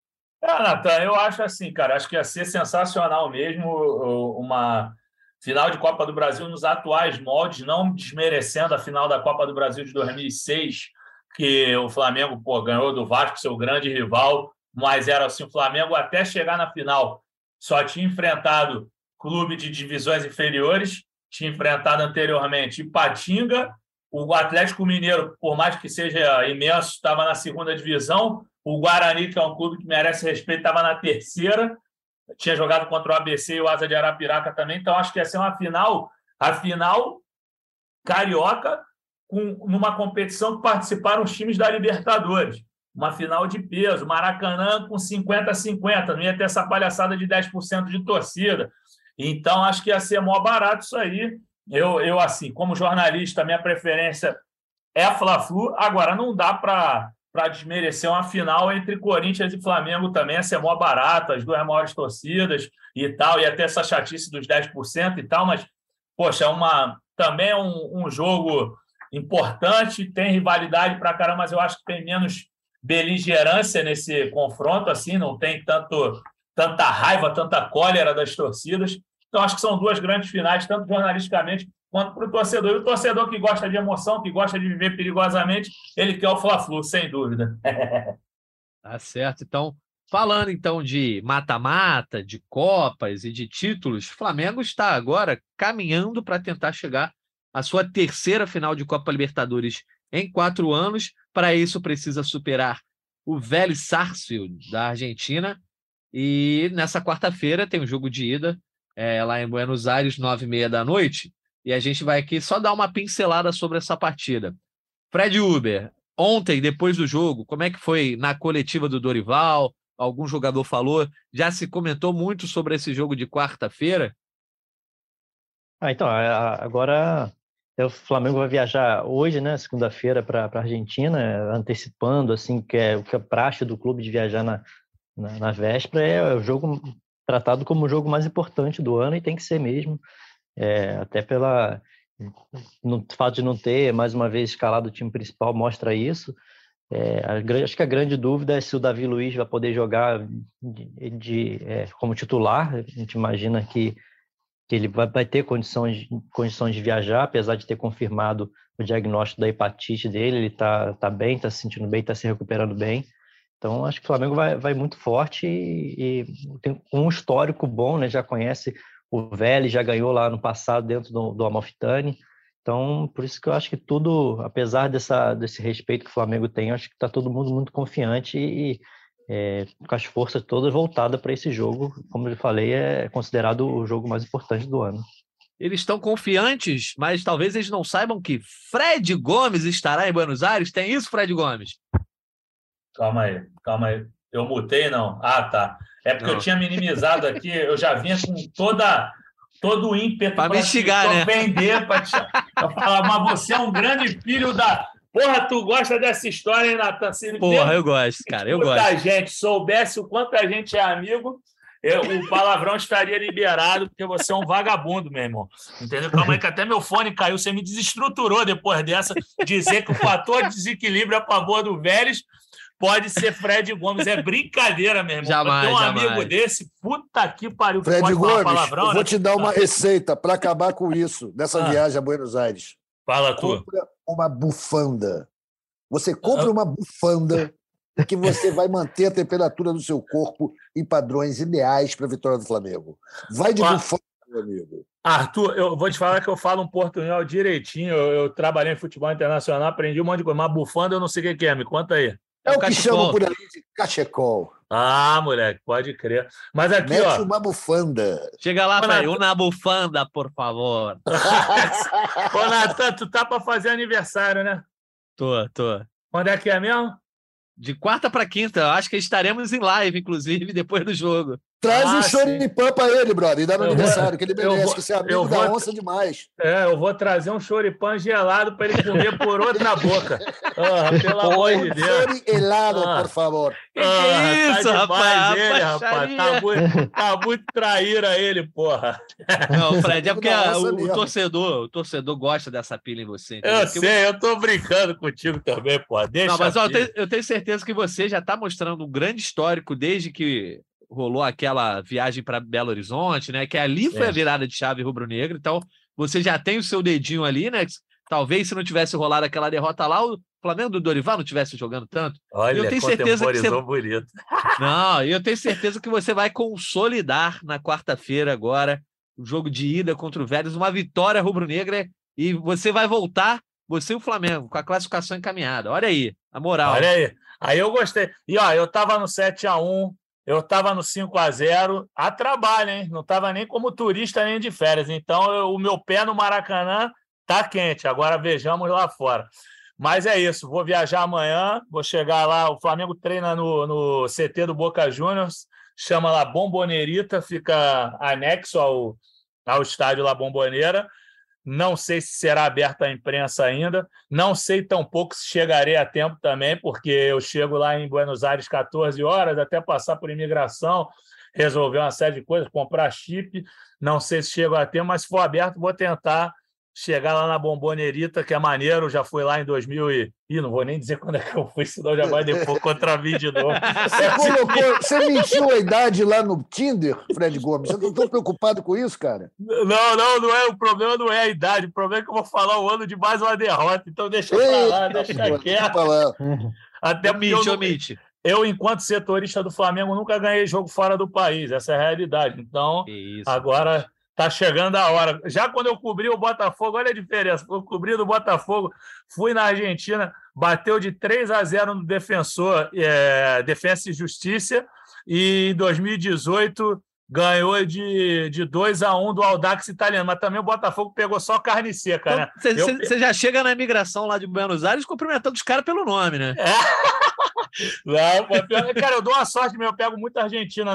Natan, eu acho assim, cara, acho que ia ser sensacional mesmo uma final de Copa do Brasil nos atuais moldes, não desmerecendo a final da Copa do Brasil de 2006, que o Flamengo ganhou do Vasco, seu grande rival, mas era assim, o Flamengo até chegar na final só tinha enfrentado clube de divisões inferiores, tinha enfrentado anteriormente Ipatinga, o Atlético Mineiro, por mais que seja imenso, estava na segunda divisão, o Guarani, que é um clube que merece respeito, estava na terceira, tinha jogado contra o ABC e o Asa de Arapiraca também, então acho que ia ser a final carioca numa competição que participaram os times da Libertadores, uma final de peso, Maracanã com 50-50, não ia ter essa palhaçada de 10% de torcida. Então, acho que ia ser mó barato isso aí. Eu, assim, como jornalista, minha preferência é a Fla-Flu. Agora, não dá para desmerecer uma final entre Corinthians e Flamengo também. Ia ser mó barato, as duas maiores torcidas e tal. Ia ter essa chatice dos 10% e tal, mas, poxa, também é um jogo importante, tem rivalidade para caramba, mas eu acho que tem menos beligerância nesse confronto, assim, não tem tanta raiva, tanta cólera das torcidas. Então, acho que são duas grandes finais, tanto jornalisticamente quanto para o torcedor. E o torcedor que gosta de emoção, que gosta de viver perigosamente, ele quer o Fla-Flu, sem dúvida. Tá certo. Então, falando então de mata-mata, de Copas e de títulos, o Flamengo está agora caminhando para tentar chegar à sua terceira final de Copa Libertadores em 4 anos. Para isso, precisa superar o Vélez Sarsfield, da Argentina. E nessa quarta-feira tem um jogo de ida lá em Buenos Aires, 9h30 da noite. E a gente vai aqui só dar uma pincelada sobre essa partida. Fred Uber, ontem, depois do jogo, como é que foi na coletiva do Dorival? Algum jogador falou? Já se comentou muito sobre esse jogo de quarta-feira? Então, agora o Flamengo vai viajar hoje, né, segunda-feira, para a Argentina, antecipando, assim, que é praxe do clube de viajar na véspera, é o jogo tratado como o jogo mais importante do ano, e tem que ser mesmo, até no fato de não ter, mais uma vez, escalado o time principal, mostra isso. Acho que a grande dúvida é se o Davi Luiz vai poder jogar como titular. A gente imagina que ele vai ter condições de viajar, apesar de ter confirmado o diagnóstico da hepatite dele. Ele tá bem, está se sentindo bem, está se recuperando bem. Então, acho que o Flamengo vai muito forte e tem um histórico bom, né? Já conhece o Vélez, já ganhou lá no passado dentro do Amalfitani. Então, por isso que eu acho que tudo, apesar desse respeito que o Flamengo tem, eu acho que está todo mundo muito confiante e com as forças todas voltadas para esse jogo. Como eu falei, é considerado o jogo mais importante do ano. Eles estão confiantes, mas talvez eles não saibam que Fred Gomes estará em Buenos Aires. Tem isso, Fred Gomes? Calma aí. Eu mutei, não? Ah, tá. É porque Não. eu tinha minimizado aqui, eu já vinha com todo o ímpeto Pra me xingar, né? ofender, para falar, mas você é um grande filho da... Porra, tu gosta dessa história, hein, Natan? Porra, eu gosto, cara, eu gosto. Se a gente soubesse o quanto a gente é amigo, o palavrão estaria liberado, porque você é um vagabundo, meu irmão. Entendeu? Calma aí, que até meu fone caiu, você me desestruturou depois dessa, dizer que o fator de desequilíbrio a favor do Vélez pode ser Fred Gomes. É brincadeira, meu irmão. Jamais, ter um jamais. amigo desse, puta que pariu. Fred pode falar Gomes, palavrão, eu né? vou te dar uma receita para acabar com isso, dessa viagem a Buenos Aires. Fala tu. Compra uma bufanda. Você compra uma bufanda que você vai manter a temperatura do seu corpo em padrões ideais para a vitória do Flamengo. Vai de bufanda, meu amigo. Arthur, eu vou te falar que eu falo um portunhol direitinho. Eu trabalhei em futebol internacional, aprendi um monte de coisa. Mas bufanda eu não sei o que é. Me conta aí. É o que chamam por aí de cachecol. Ah, moleque, pode crer. Mas aqui, mete uma bufanda. Chega lá, Fred. Uma bufanda, por favor. Ô, Natan, tu tá para fazer aniversário, né? Tô. Quando é que é mesmo? De quarta para quinta. Eu acho que estaremos em live, inclusive, depois do jogo. Traz um choripã para ele, brother, e dá no aniversário, que ele merece, que você é amigo da onça demais. Eu vou trazer um choripã gelado para ele comer por outra boca. Pelo amor de Deus. Chori helado, por favor. Que é isso, tá rapaz? Ele, rapaz. Tá muito traíra ele, porra. Não, Fred, é porque o torcedor gosta dessa pilha em você. Entendeu? Eu sei, eu tô brincando contigo também, porra. Deixa. Não, mas eu tenho certeza que você já tá mostrando um grande histórico desde que rolou aquela viagem para Belo Horizonte, né? Que ali foi a virada de chave rubro-negra. Então, você já tem o seu dedinho ali, né? Talvez se não tivesse rolado aquela derrota lá, o Flamengo do Dorival não estivesse jogando tanto. Olha, eu tenho certeza que você... bonito. Não, eu tenho certeza que você vai consolidar na quarta-feira agora o jogo de ida contra o Vélez, uma vitória rubro-negra, e você vai voltar, você e o Flamengo, com a classificação encaminhada. Olha aí, a moral. Olha aí. Aí eu gostei. E, ó, eu tava no 7-1, eu estava no 5-0, a trabalho, hein? Não estava nem como turista nem de férias. Então, o meu pé no Maracanã tá quente. Agora vejamos lá fora. Mas é isso. Vou viajar amanhã, vou chegar lá. O Flamengo treina no CT do Boca Juniors, chama lá Bombonierita, fica anexo ao estádio La Bombonera. Não sei se será aberta à imprensa ainda. Não sei tampouco se chegarei a tempo também, porque eu chego lá em Buenos Aires 14 horas, até passar por imigração, resolver uma série de coisas, comprar chip. Não sei se chego a tempo, mas se for aberto, vou tentar chegar lá na Bombonierita, que é maneiro. Já fui lá em 2000 e... não vou nem dizer quando é que eu fui, senão já vai depois contra mim de novo. Você mentiu a idade lá no Tinder, Fred Gomes? Você não está preocupado com isso, cara? Não é. O problema não é a idade. O problema é que eu vou falar o ano de mais uma derrota. Então deixa pra lá, deixa quieto. Até omite. Eu, enquanto setorista do Flamengo, nunca ganhei jogo fora do país. Essa é a realidade. Então, agora... Tá chegando a hora. Já quando eu cobri o Botafogo, olha a diferença. Eu cobri do Botafogo, fui na Argentina, bateu de 3-0 no Defensor, Defensa e Justiça, e em 2018 ganhou de 2-1 do Audax Italiano. Mas também o Botafogo pegou só carne seca, né? Você já chega na imigração lá de Buenos Aires cumprimentando os caras pelo nome, né? Não, cara, eu dou uma sorte mesmo. Eu pego muita Argentina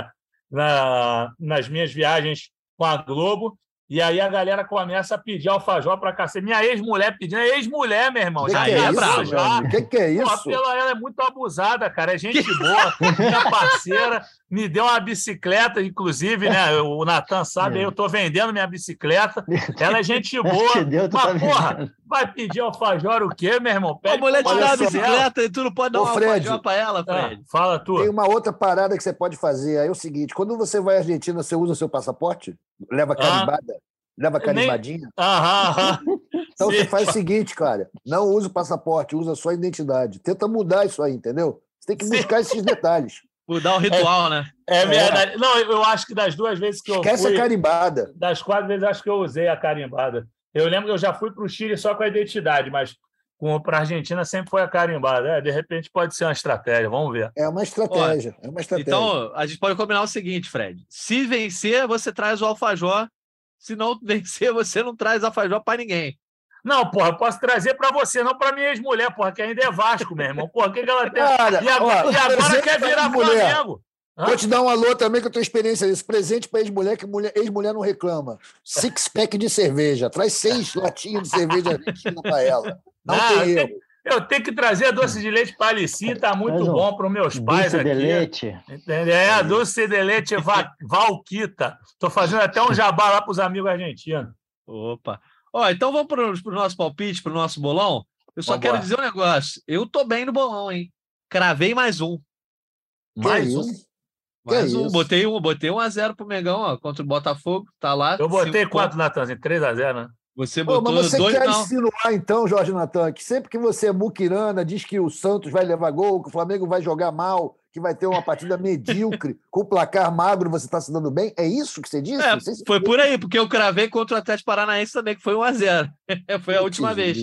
nas minhas viagens com a Globo, e aí a galera começa a pedir alfajor para cacete. Minha ex-mulher pedindo, ex-mulher, meu irmão. Que é isso? Ela é muito abusada, cara. É gente boa, minha parceira, me deu uma bicicleta, inclusive, né? O Natan sabe, eu tô vendendo minha bicicleta. Ela é gente boa. Mas, porra, vai pedir alfajor o quê, meu irmão? A mulher te dá a bicicleta e tu não pode dar um alfajor para ela, Fred. Fala tu. Tem uma outra parada que você pode fazer. Aí é o seguinte, quando você vai à Argentina, você usa o seu passaporte? Leva carimbada? Leva carimbadinha? Então você faz o seguinte, cara. Não usa o passaporte, usa só a identidade. Tenta mudar isso aí, entendeu? Você tem que buscar esses detalhes. Mudar o ritual, né? É verdade. Não, eu acho que das 2 vezes que eu fui... Esquece a carimbada. Das 4 vezes, acho que eu usei a carimbada. Eu lembro que eu já fui para o Chile só com a identidade, mas para a Argentina sempre foi a carimbada. De repente pode ser uma estratégia, vamos ver. É uma estratégia. Então, a gente pode combinar o seguinte, Fred. Se vencer, você traz o alfajor. Se não vencer, você não traz alfajor para ninguém. Não, porra, eu posso trazer para você, não para minha ex-mulher, porra, que ainda é Vasco, meu irmão. Porra, o que ela tem? Cara, E agora, ó, presente quer pra virar ex-mulher. Flamengo. Hã? Vou te dar um alô também, que eu tenho experiência nisso. Presente para ex-mulher, que ex-mulher não reclama. Six-pack de cerveja. Traz 6 latinhas de cerveja argentina para ela. Não tem erro. Eu tenho que trazer doce de leite para Alice, tá muito bom para os meus pais aqui. Doce de leite. Entendeu? Doce de leite Valquita. Estou fazendo até um jabá lá para os amigos argentinos. Opa. Ó, então vamos para o nosso palpite, para o nosso bolão. Eu só quero dizer um negócio. Eu tô bem no bolão, hein? Cravei mais um. Mais um. Mais um. Botei 1-0 pro Mengão, ó, contra o Botafogo. Tá lá. Eu botei quanto, Natanzinho? 3-0, né? Você botou mas você 2, quer não. insinuar, então, Jorge Natan, que sempre que você é muquirana, diz que o Santos vai levar gol, que o Flamengo vai jogar mal, que vai ter uma partida medíocre, com placar magro, você está se dando bem? É isso que você disse? Foi por aí, porque eu cravei contra o Atlético Paranaense também, que foi 1-0. Foi a última vez.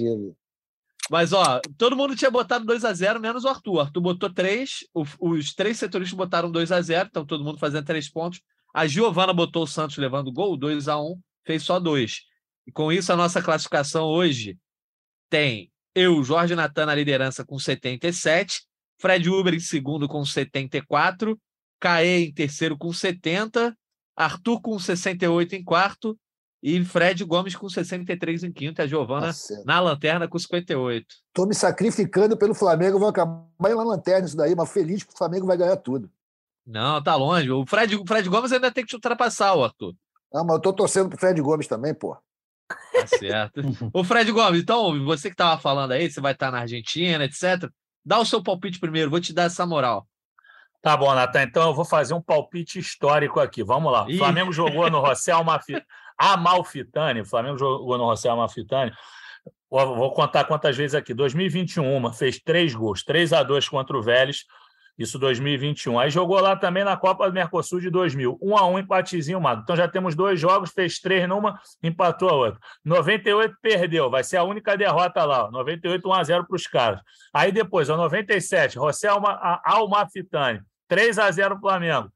Mas, ó, todo mundo tinha botado 2-0, menos o Arthur. O Arthur botou 3, os 3 setoristas botaram 2-0, então todo mundo fazendo 3 pontos. A Giovana botou o Santos levando gol, 2-1, fez só 2. E com isso, a nossa classificação hoje tem eu, Jorge Natan, na liderança com 77, Fred Uber em segundo com 74, Caê em terceiro com 70, Arthur com 68 em quarto e Fred Gomes com 63 em quinto, e a Giovana na lanterna com 58. Estou me sacrificando pelo Flamengo, vou acabar na lanterna isso daí, mas feliz que o Flamengo vai ganhar tudo. Não, tá longe. O Fred Gomes ainda tem que te ultrapassar, o Arthur. Não, mas eu tô torcendo pro Fred Gomes também, pô. Tá certo. Ô, Fred Gomes, então, você que tava falando aí, você vai estar na Argentina, etc. Dá o seu palpite primeiro, vou te dar essa moral. Tá bom, Natan, então eu vou fazer um palpite histórico aqui. Vamos lá. O Flamengo jogou no José Amalfitani. O Flamengo jogou no José Amalfitani. Vou contar quantas vezes aqui. 2021, fez 3 gols, 3-2 contra o Vélez. Isso 2021. Aí jogou lá também na Copa do Mercosul de 2000. 1-1, empatezinho, mano. Então já temos 2 jogos, fez 3 numa, empatou a outra. 98 perdeu, vai ser a única derrota lá. Ó. 98, 1-0 para os caras. Aí depois, ó, 97, José Amalfitani, 3-0 Flamengo.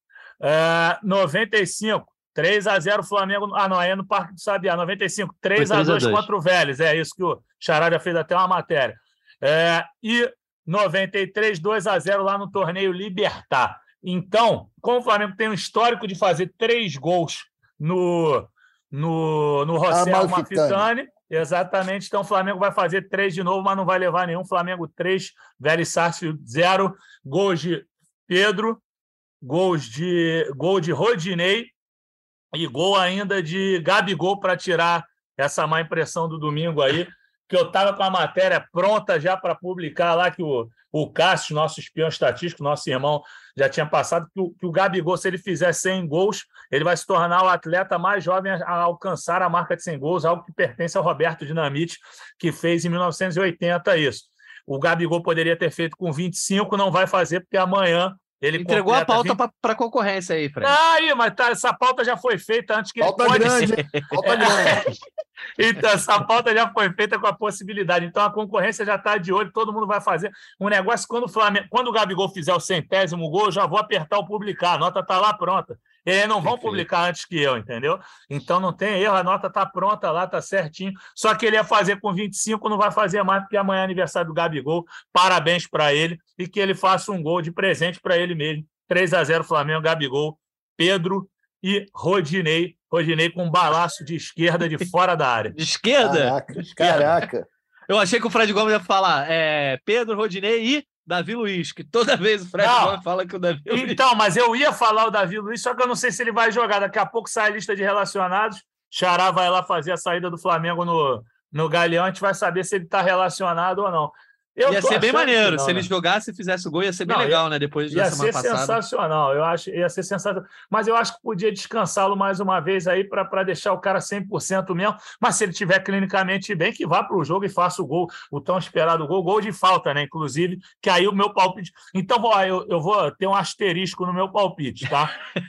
95, 3-0 Flamengo. Ah, não, aí é no Parque do Sabiá. 95, 3-2 contra o Vélez. É isso que o Charada fez até uma matéria. E 93, 2-0 lá no torneio Libertad. Então, como o Flamengo tem um histórico de fazer 3 gols no José Amalfitani, exatamente, então o Flamengo vai fazer 3 de novo, mas não vai levar nenhum. Flamengo 3, Vélez Sarsfield 0, gols de Pedro, gol de Rodinei e gol ainda de Gabigol para tirar essa má impressão do domingo aí, que eu estava com a matéria pronta já para publicar lá, que o Cássio, nosso espião estatístico, nosso irmão, já tinha passado, que o Gabigol, se ele fizer 100 gols, ele vai se tornar o atleta mais jovem a alcançar a marca de 100 gols, algo que pertence ao Roberto Dinamite, que fez em 1980 isso. O Gabigol poderia ter feito com 25, não vai fazer, porque amanhã ele entregou a pauta para concorrência aí, Fred. Aí, mas essa pauta já foi feita antes que pauta ele grande, pauta grande. Então, essa pauta já foi feita com a possibilidade. Então, a concorrência já está de olho, todo mundo vai fazer um negócio. Quando o Gabigol fizer o 100º gol, eu já vou apertar o publicar. A nota está lá pronta. Eles não vão publicar antes que eu, entendeu? Então, não tem erro, a nota está pronta lá, está certinho. Só que ele ia fazer com 25, não vai fazer mais, porque amanhã é aniversário do Gabigol. Parabéns para ele e que ele faça um gol de presente para ele mesmo. 3-0 Flamengo, Gabigol, Pedro e Rodinei. Rodinei com um balaço de esquerda de fora da área. De esquerda? Caraca. Eu achei que o Fred Gomes ia falar Pedro, Rodinei e Davi Luiz, que toda vez o Fred Gomes fala que o Davi Luiz... Então, mas eu ia falar o Davi Luiz, só que eu não sei se ele vai jogar. Daqui a pouco sai a lista de relacionados, Xará vai lá fazer a saída do Flamengo no Galeão, a gente vai saber se ele está relacionado ou não. Ia ser bem maneiro, se ele jogasse e fizesse o gol, ia ser bem legal, né? Depois da semana passada. Ia ser sensacional, eu acho, ia ser sensacional. Mas eu acho que podia descansá-lo mais uma vez aí para deixar o cara 100% mesmo. Mas se ele estiver clinicamente bem, que vá para o jogo e faça o gol, o tão esperado gol de falta, né? Inclusive, que aí o meu palpite. Então, eu vou ter um asterisco no meu palpite, tá?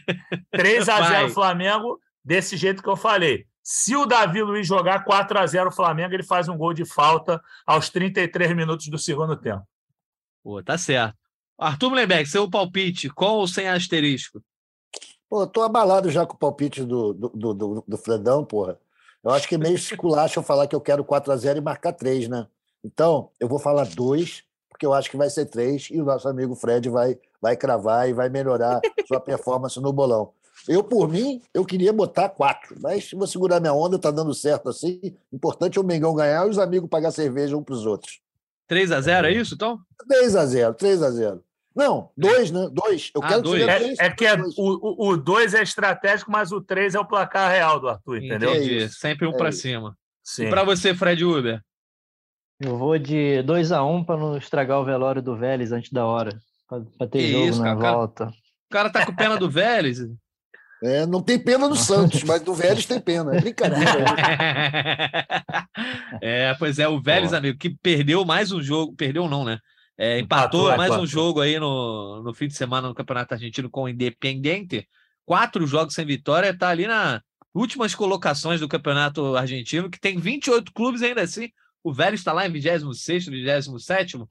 3-0 Flamengo, desse jeito que eu falei. Se o Davi Luiz jogar 4-0 Flamengo, ele faz um gol de falta aos 33 minutos do segundo tempo. Pô, tá certo. Arthur Mullenberg, seu palpite, com ou sem asterisco? Pô, tô abalado já com o palpite do Fredão, porra. Eu acho que é meio esculacho eu falar que eu quero 4-0 e marcar 3, né? Então, eu vou falar 2, porque eu acho que vai ser 3, e o nosso amigo Fred vai cravar e vai melhorar sua performance no bolão. Eu, por mim, eu queria botar 4, mas vou segurar minha onda, tá dando certo assim. Importante é o Mengão ganhar e os amigos pagar cerveja um para os outros. 3-0, é isso, então? 3-0. Não, 2, né? 2. Eu quero que seja 3. O 2 é estratégico, mas o 3 é o placar real do Arthur, entendeu? Entendi. Sempre um para cima. Sim. E para você, Fred Uber? Eu vou de 2-1 para não estragar o velório do Vélez antes da hora. Para ter Que jogo isso, na cara? volta. O cara tá com pena do Vélez. Não tem pena do Santos, mas do Vélez tem pena. É brincadeira. Pois é, o Vélez, amigo, que perdeu mais um jogo. Perdeu não, né? Empatou mais um jogo aí no fim de semana no Campeonato Argentino com o Independiente. 4 jogos sem vitória, tá ali nas últimas colocações do Campeonato Argentino, que tem 28 clubes ainda assim. O Vélez está lá em 26º, 27º.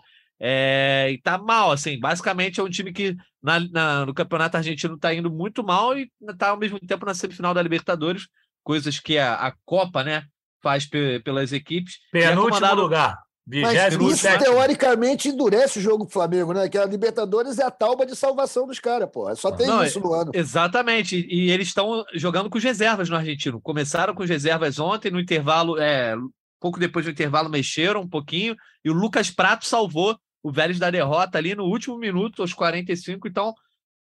E tá mal, assim. Basicamente é um time que no Campeonato Argentino tá indo muito mal e tá ao mesmo tempo na semifinal da Libertadores, coisas que a Copa, né, faz pelas equipes. Penúltimo lugar. Mas isso, teoricamente, endurece o jogo do Flamengo, né? Que a Libertadores é a tauba de salvação dos caras, pô. Só tem isso no ano. Exatamente. E eles estão jogando com reservas no Argentino. Começaram com reservas ontem, no intervalo, pouco depois do intervalo, mexeram um pouquinho, e o Lucas Prato salvou o Vélez da derrota ali no último minuto, aos 45. Então,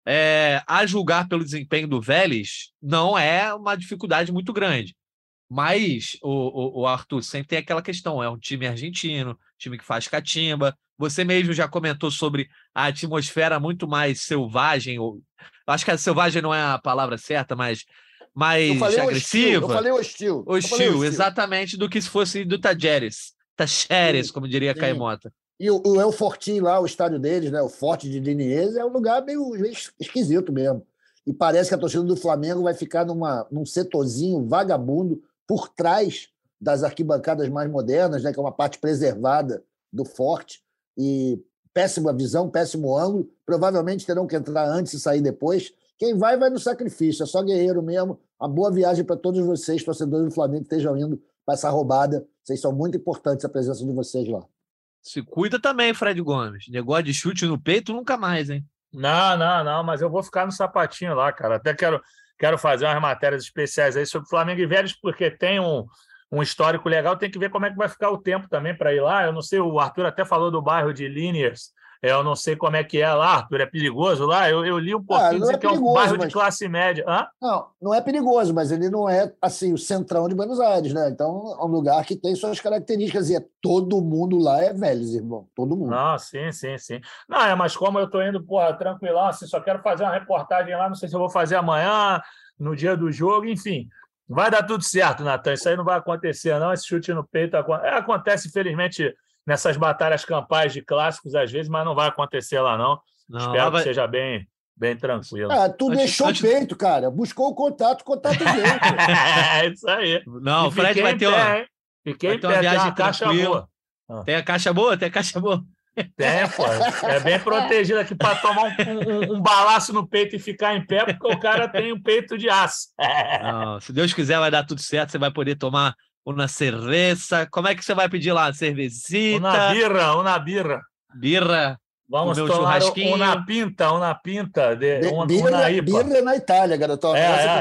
a julgar pelo desempenho do Vélez, não é uma dificuldade muito grande. Mas o Arthur sempre tem aquela questão, é um time argentino, time que faz catimba. Você mesmo já comentou sobre a atmosfera muito mais selvagem, acho que a selvagem não é a palavra certa, mas mais agressiva. Eu falei hostil. Hostil, exatamente, do que se fosse do Tajeres, como diria Caimota. E o El Fortín lá, o estádio deles, né, o Forte de Liniers, é um lugar meio esquisito mesmo. E parece que a torcida do Flamengo vai ficar num setorzinho vagabundo por trás das arquibancadas mais modernas, né, que é uma parte preservada do Forte, e péssima visão, péssimo ângulo, provavelmente terão que entrar antes e sair depois. Quem vai no sacrifício, é só guerreiro mesmo. Uma boa viagem para todos vocês, torcedores do Flamengo, que estejam indo para essa roubada. Vocês são muito importantes, a presença de vocês lá. Se cuida também, Fred Gomes. Negócio de chute no peito, nunca mais, hein? Não, mas eu vou ficar no sapatinho lá, cara. Até quero fazer umas matérias especiais aí sobre Flamengo e Vélez, porque tem um histórico legal. Tem que ver como é que vai ficar o tempo também para ir lá. Eu não sei, o Arthur até falou do bairro de Liniers. Eu não sei como é que é lá, Arthur. É perigoso lá? Eu li um pouquinho, dizer que é um bairro de classe média. Hã? Não é perigoso, mas ele não é assim o centrão de Buenos Aires, né? Então é um lugar que tem suas características. E todo mundo lá é Vélez, irmão. Todo mundo. Não, sim. Não, mas como eu estou indo, tranquilão, assim, só quero fazer uma reportagem lá, não sei se eu vou fazer amanhã, no dia do jogo, enfim. Vai dar tudo certo, Natan. Isso aí não vai acontecer, não. Esse chute no peito acontece, infelizmente, nessas batalhas campais de clássicos, às vezes, mas não vai acontecer lá, não. Espero que seja bem tranquilo. Tu deixou o peito, cara. Buscou o contato veio. É isso aí. Não, o Fred vai ter uma... Fiquei em pé, tem uma caixa boa. Tem a caixa boa? Tem, pô. É bem protegido aqui para tomar um balaço no peito e ficar em pé, porque o cara tem um peito de aço. Não, se Deus quiser, vai dar tudo certo. Você vai poder tomar uma cerveja. Como é que você vai pedir lá? Cervecita? Uma birra. Birra. Vamos tomar uma pinta, birra na Itália, garotão.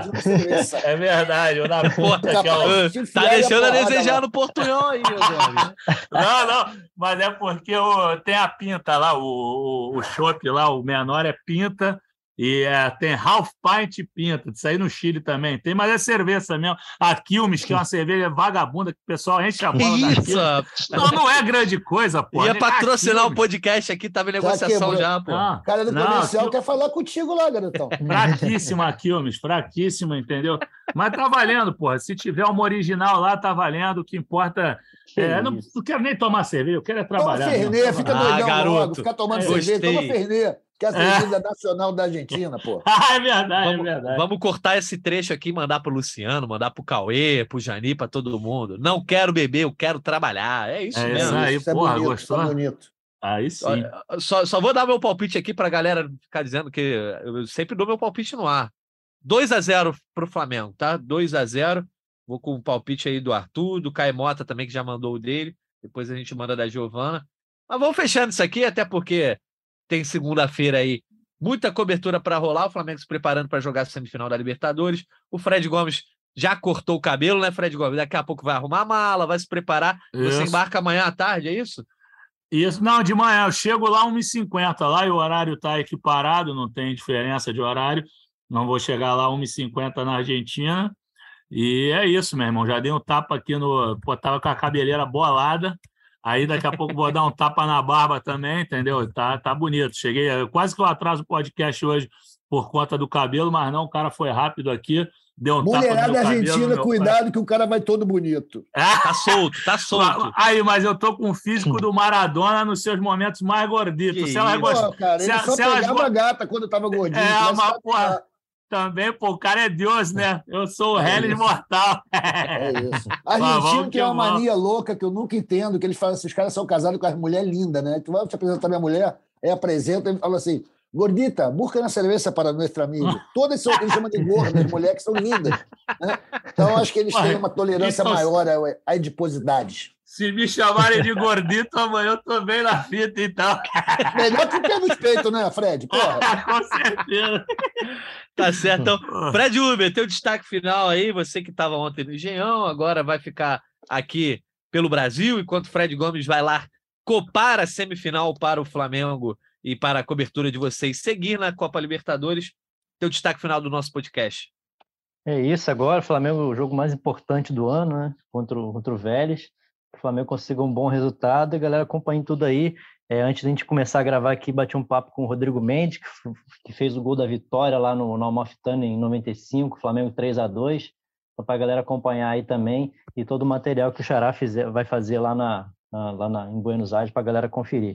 É verdade, uma pinta. Tá deixando a desejar no Portunhol aí, meu Deus. Não, mas é porque tem a pinta lá, o chopp lá, o menor é pinta, e tem half pint pinta, isso aí no Chile também tem, mas é cerveja mesmo. A Quilmes, que é uma cerveja vagabunda, que o pessoal enche a bola da Quilmes. Não é grande coisa, pô. Ia patrocinar o podcast aqui, tava em negociação já, pô. O cara do comercial quer falar contigo lá, garotão. Fraquíssima a Quilmes, fraquíssima, entendeu? Mas tá valendo, pô. Se tiver uma original lá, tá valendo. O que importa... não quero nem tomar cerveja, eu quero trabalhar. Toma Fernet, fica doidão garoto. logo, fica tomando cerveja, toma Fernet. Que é a cerveja nacional da Argentina, pô. É verdade, é verdade. Vamos cortar esse trecho aqui e mandar pro Luciano, mandar pro Cauê, pro Jani, pra todo mundo. Não quero beber, eu quero trabalhar. É isso mesmo. Isso aí, porra, bonito, gostou? Tá bonito. Aí sim. Só vou dar meu palpite aqui pra galera ficar dizendo que eu sempre dou meu palpite no ar. 2-0 pro Flamengo, tá? 2-0. Vou com o palpite aí do Arthur, do Caio Mota também, que já mandou o dele. Depois a gente manda da Giovana. Mas vamos fechando isso aqui, até porque tem segunda-feira aí muita cobertura para rolar. O Flamengo se preparando para jogar a semifinal da Libertadores. O Fred Gomes já cortou o cabelo, né, Fred Gomes? Daqui a pouco vai arrumar a mala, vai se preparar. Isso. Você embarca amanhã à tarde, é isso? Isso, não, de manhã. Eu chego lá 1h50 lá e o horário está equiparado, não tem diferença de horário. Não vou chegar lá 1h50 na Argentina. E é isso, meu irmão. Já dei um tapa aqui no... Pô, tava com a cabeleira bolada. Aí daqui a pouco vou dar um tapa na barba também, entendeu? Tá bonito. Cheguei... Quase que eu atraso o podcast hoje por conta do cabelo, mas não, o cara foi rápido aqui. Deu um tapa no meu cabelo. Mulherada argentina, cuidado que o cara vai todo bonito. Tá solto. Aí, mas eu tô com o físico do Maradona nos seus momentos mais gorditos. Se ela gosta... Cara, ele só pegava gata quando tava gordinho. Mas, porra... Também, pô, o cara é Deus, né? Eu sou o Hélio imortal. É isso. Argentino tem uma mania louca que eu nunca entendo, que eles falam assim, os caras são casados com as mulheres lindas, né? Tu vai te apresentar minha mulher, aí apresenta e fala assim, gordita, busca na cerveja para nosso amigo. Todas são, eles chamam de gordas, as mulheres que são lindas. Né? Então, acho que eles têm uma tolerância maior a adiposidades. Se me chamarem de gordito, amanhã eu tô bem na fita, então. Melhor que o pé nos peitos, né, Fred? Porra. Com certeza. Tá certo. Então, Fred Uber, teu destaque final aí, você que estava ontem no Engenhão, agora vai ficar aqui pelo Brasil, enquanto o Fred Gomes vai lá copar a semifinal para o Flamengo e para a cobertura de vocês seguir na Copa Libertadores. Teu destaque final do nosso podcast. É isso, agora o Flamengo é o jogo mais importante do ano, né? Contra o Vélez. O Flamengo consiga um bom resultado e a galera acompanhe tudo aí. Antes da gente começar a gravar aqui, bati um papo com o Rodrigo Mendes, que fez o gol da vitória lá no Amalfitano em 95, Flamengo 3-2, para a galera acompanhar aí também, e todo o material que o Xará vai fazer lá em Buenos Aires para a galera conferir.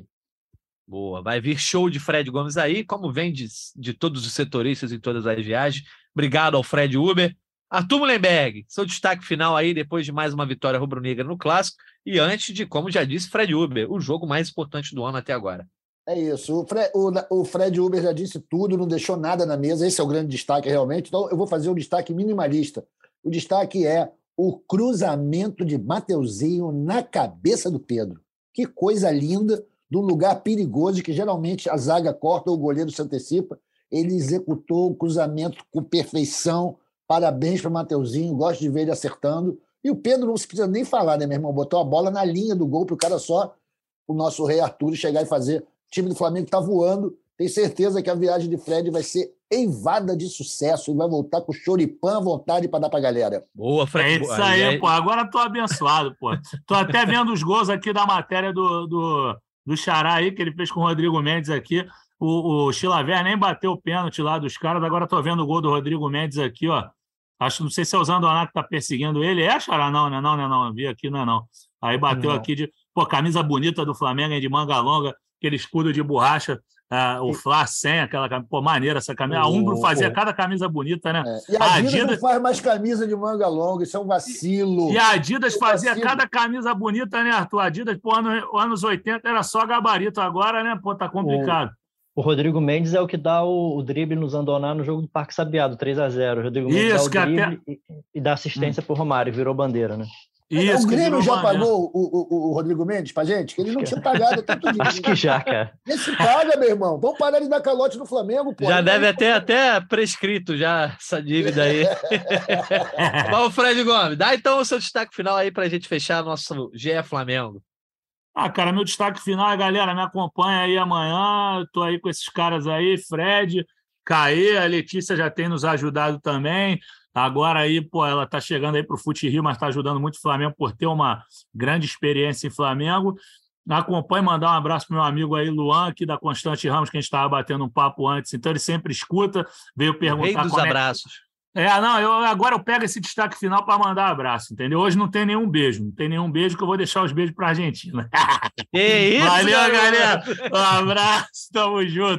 Boa, vai vir show de Fred Gomes aí, como vem de todos os setoristas em todas as viagens. Obrigado ao Fred Uber. Arthur Mullenberg, seu destaque final aí, depois de mais uma vitória rubro-negra no Clássico, e antes de, como já disse, Fred Uber, o jogo mais importante do ano até agora. É isso, o Fred Uber já disse tudo, não deixou nada na mesa, esse é o grande destaque realmente, então eu vou fazer um destaque minimalista. O destaque é o cruzamento de Mateuzinho na cabeça do Pedro. Que coisa linda, de um lugar perigoso, que geralmente a zaga corta ou o goleiro se antecipa, ele executou o cruzamento com perfeição. Parabéns para o Mateuzinho, gosto de ver ele acertando. E o Pedro não se precisa nem falar, né, meu irmão? Botou a bola na linha do gol para o cara só, o nosso rei Arthur, chegar e fazer. O time do Flamengo está voando. Tenho certeza que a viagem de Fred vai ser eivada de sucesso e vai voltar com choripã à vontade para dar para a galera. Boa, Fred. É isso aí, pô. Agora tô abençoado, pô. Tô até vendo os gols aqui da matéria do Xará aí, que ele fez com o Rodrigo Mendes aqui. O Chilaver nem bateu o pênalti lá dos caras, agora tô vendo o gol do Rodrigo Mendes aqui, ó. Não sei se é o Zandoná que tá perseguindo ele. É, Xará? Não, né? Não. Vi aqui, não. Aí bateu aqui de... Pô, camisa bonita do Flamengo, hein, de manga longa, aquele escudo de borracha, o Fla 100, aquela camisa... Pô, maneira essa camisa. A Umbro fazia cada camisa bonita, né? E a Adidas não faz mais camisa de manga longa, isso é um vacilo. E a Adidas fazia cada camisa bonita, né, Arthur? A Adidas, pô, anos 80 era só gabarito, agora, né? Pô, tá complicado. O Rodrigo Mendes é o que dá o drible no Zandoná no jogo do Parque Sabiá, 3-0. O Rodrigo Mendes dá o drible e dá assistência pro Romário, virou bandeira, né? Isso, o Grêmio já pagou o Rodrigo Mendes pra gente? Que ele não tinha pagado tanto dinheiro. Acho que já, cara. Esse paga, meu irmão. Vamos parar de dar calote no Flamengo, pô. Já deve ter até prescrito já essa dívida aí. Bom, Fred Gomes, dá então o seu destaque final aí pra gente fechar nosso GE Flamengo. Cara, meu destaque final é, galera, me acompanha aí amanhã, estou aí com esses caras aí, Fred, Caê, a Letícia já tem nos ajudado também, agora aí, pô, ela está chegando aí para o Fute Rio, mas está ajudando muito o Flamengo por ter uma grande experiência em Flamengo. Acompanhe, mandar um abraço para o meu amigo aí, Luan, aqui da Constante Ramos, que a gente estava batendo um papo antes, então ele sempre escuta, veio perguntar... Rei dos abraços. Agora eu pego esse destaque final para mandar abraço, entendeu? Hoje não tem nenhum beijo, que eu vou deixar os beijos para a Argentina. Que isso, valeu, galera! Um abraço, tamo junto.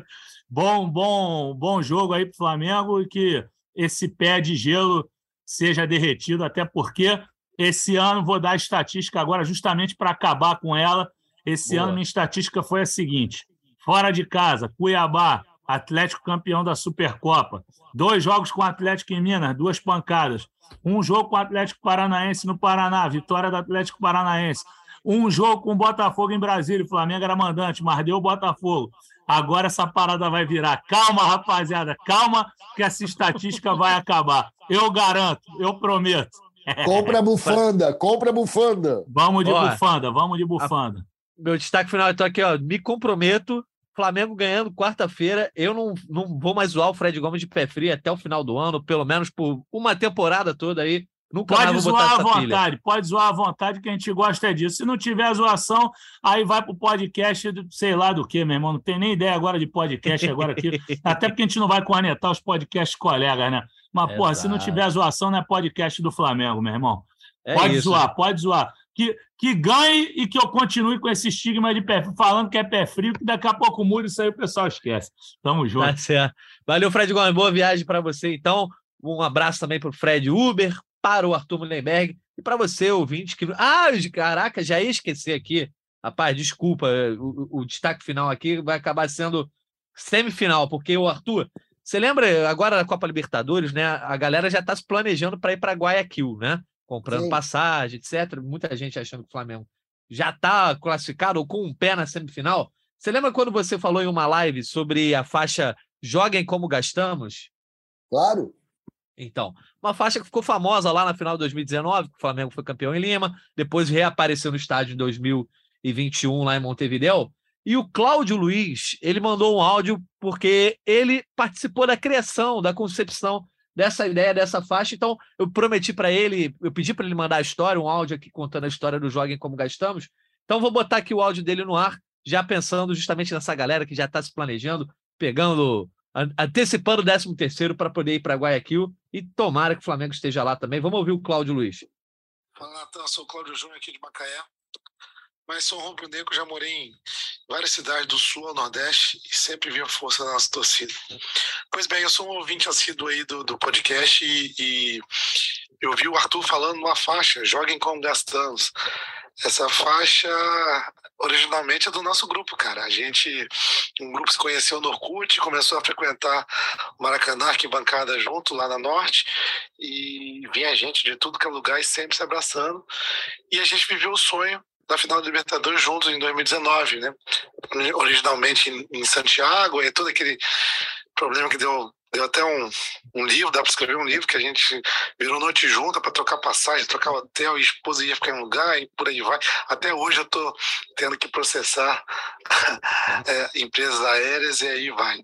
Bom jogo aí pro Flamengo e que esse pé de gelo seja derretido, até porque esse ano vou dar a estatística agora justamente para acabar com ela. Esse ano minha estatística foi a seguinte: fora de casa, Cuiabá, Atlético campeão da Supercopa. 2 jogos com o Atlético em Minas, 2 pancadas. 1 jogo com o Atlético Paranaense no Paraná, vitória do Atlético Paranaense. 1 jogo com o Botafogo em Brasília, o Flamengo era mandante, mas deu o Botafogo. Agora essa parada vai virar. Calma, rapaziada, calma, que essa estatística vai acabar. Eu garanto, eu prometo. Compra a bufanda, compra a bufanda. Vamos de bufanda, vamos de bufanda. Meu destaque final, então aqui, ó, me comprometo, Flamengo ganhando quarta-feira, eu não vou mais zoar o Fred Gomes de pé frio até o final do ano, pelo menos por uma temporada toda aí. Nunca pode mais vou zoar botar à essa vontade, pilha. pode zoar à vontade, que a gente gosta disso. Se não tiver zoação, aí vai pro podcast, sei lá do que, meu irmão. Não tem nem ideia agora de podcast agora aqui. Até porque a gente não vai cornetar os podcasts colegas, né? Mas, porra, se não tiver zoação, não é podcast do Flamengo, meu irmão. Pode zoar, pode zoar. Que ganhe e que eu continue com esse estigma de pé frio, falando que é pé frio, que daqui a pouco muda, isso aí o pessoal esquece. Tamo junto. Tá certo. Valeu, Fred Gomes. Boa viagem para você, então. Um abraço também para o Fred Uber, para o Arthur Mullenberg e para você, ouvinte. Caraca, já ia esquecer aqui. Rapaz, desculpa, o destaque final aqui vai acabar sendo semifinal, porque o Arthur, você lembra agora da Copa Libertadores, né? A galera já está se planejando para ir para Guayaquil, né? Comprando passagem, etc. Muita gente achando que o Flamengo já está classificado ou com um pé na semifinal. Você lembra quando você falou em uma live sobre a faixa Joguem Como Gastamos? Claro. Então, uma faixa que ficou famosa lá na final de 2019, que o Flamengo foi campeão em Lima, depois reapareceu no estádio em 2021, lá em Montevidéu. E o Cláudio Luiz, ele mandou um áudio porque ele participou da criação, da concepção dessa ideia, dessa faixa. Então, eu prometi para ele, eu pedi para ele mandar a história, um áudio aqui contando a história do Joguem Como Gastamos. Então, vou botar aqui o áudio dele no ar, já pensando justamente nessa galera que já está se planejando, antecipando o 13º para poder ir para Guayaquil, e tomara que o Flamengo esteja lá também. Vamos ouvir o Cláudio Luiz. Fala, Natan, sou o Cláudio Júnior aqui de Macaé, mas sou rubro-negro, já morei em várias cidades do Sul ao Nordeste e sempre vi a força da nossa torcida. Pois bem, eu sou um ouvinte assíduo aí do podcast e eu vi o Arthur falando numa faixa, Joguem Como Gastamos. Essa faixa originalmente é do nosso grupo, cara. Um grupo se conheceu no Orkut, começou a frequentar o Maracanã, arquibancada junto, lá na Norte, e vinha gente de tudo que é lugar e sempre se abraçando. E a gente viveu o sonho da final da Libertadores juntos em 2019, né? Originalmente em Santiago, e todo aquele problema que deu até um livro, dá para escrever um livro, que a gente virou noite junta para trocar passagem, trocar hotel, e a esposa ia ficar em um lugar e por aí vai. Até hoje eu estou tendo que processar empresas aéreas e aí vai.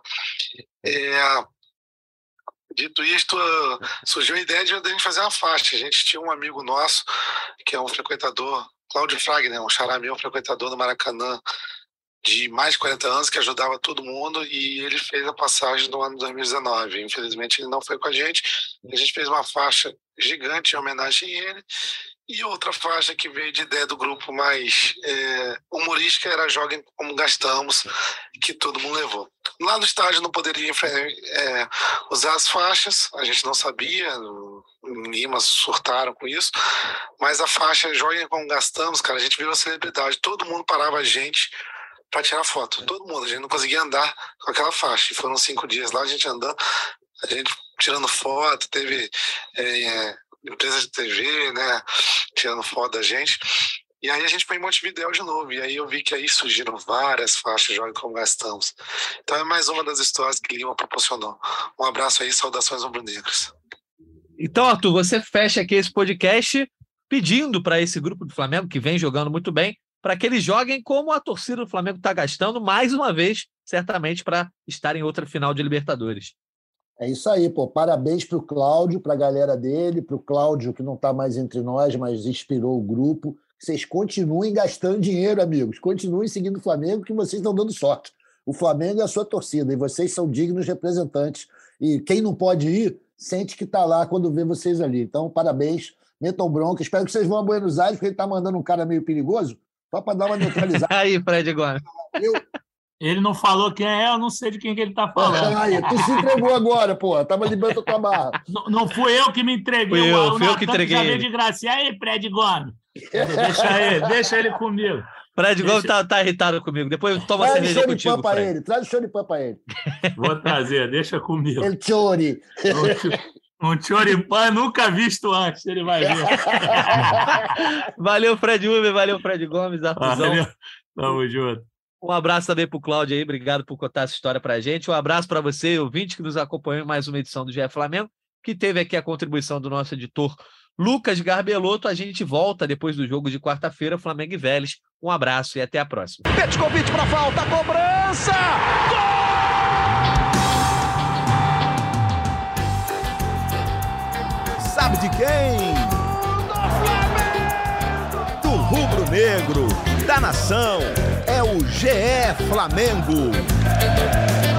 Dito isto, surgiu a ideia de a gente fazer uma faixa. A gente tinha um amigo nosso, que é um frequentador, Cláudio Fragner, um xará meu, frequentador do Maracanã, de mais de 40 anos, que ajudava todo mundo, e ele fez a passagem no ano de 2019. Infelizmente, ele não foi com a gente. A gente fez uma faixa gigante em homenagem a ele, e outra faixa que veio de ideia do grupo mais humorística era Joguem Como Gastamos, que todo mundo levou. Lá no estádio não poderia usar as faixas, a gente não sabia, em Lima surtaram com isso, mas a faixa Joguem Como Gastamos, cara, a gente virou celebridade, todo mundo parava a gente para tirar foto, todo mundo, a gente não conseguia andar com aquela faixa, e foram 5 dias lá, a gente andando, a gente tirando foto, teve empresa de TV, né, tirando foto da gente, e aí a gente foi em Montevidéu de novo, e aí eu vi que aí surgiram várias faixas Joguem Como Gastamos. Então é mais uma das histórias que Lima proporcionou. Um abraço aí, saudações rubro-negras. Então, Arthur, você fecha aqui esse podcast pedindo para esse grupo do Flamengo, que vem jogando muito bem, para que eles joguem como a torcida do Flamengo está gastando, mais uma vez, certamente, para estar em outra final de Libertadores. É isso aí, pô. Parabéns para o Cláudio, para a galera dele, para o Cláudio, que não está mais entre nós, mas inspirou o grupo. Vocês continuem gastando dinheiro, amigos. Continuem seguindo o Flamengo, que vocês estão dando sorte. O Flamengo é a sua torcida, e vocês são dignos representantes. E quem não pode ir, sente que está lá quando vê vocês ali. Então, parabéns, metam bronca. Espero que vocês vão a Buenos Aires, porque ele está mandando um cara meio perigoso, só para dar uma neutralizada. Aí, Fred Gomes. Ele não falou quem é, eu não sei de quem que ele está falando. Aí, tu se entregou agora, pô. Estava limpando a tua barra. Não fui eu que me entreguei. Fui eu que entreguei já veio de graça. E aí, Fred Gomes? Deixa ele comigo. Fred Gomes tá irritado comigo. Depois toma cerveja contigo, Fred. Traz o choripã pra ele. Vou trazer, deixa comigo. Ele chore. Um choripã nunca visto antes, ele vai ver. Valeu, Fred Uber, valeu, Fred Gomes, Artuzão. Valeu. Tamo junto. Um abraço também pro Cláudio aí, obrigado por contar essa história pra gente. Um abraço para você, ouvinte, que nos acompanhou em mais uma edição do GE Flamengo, que teve aqui a contribuição do nosso editor Lucas Garbelotto. A gente volta depois do jogo de quarta-feira, Flamengo e Vélez. Um abraço e até a próxima. Petkovic para falta, cobrança! Gol! Sabe de quem? Do rubro-negro, da nação, é o GE Flamengo.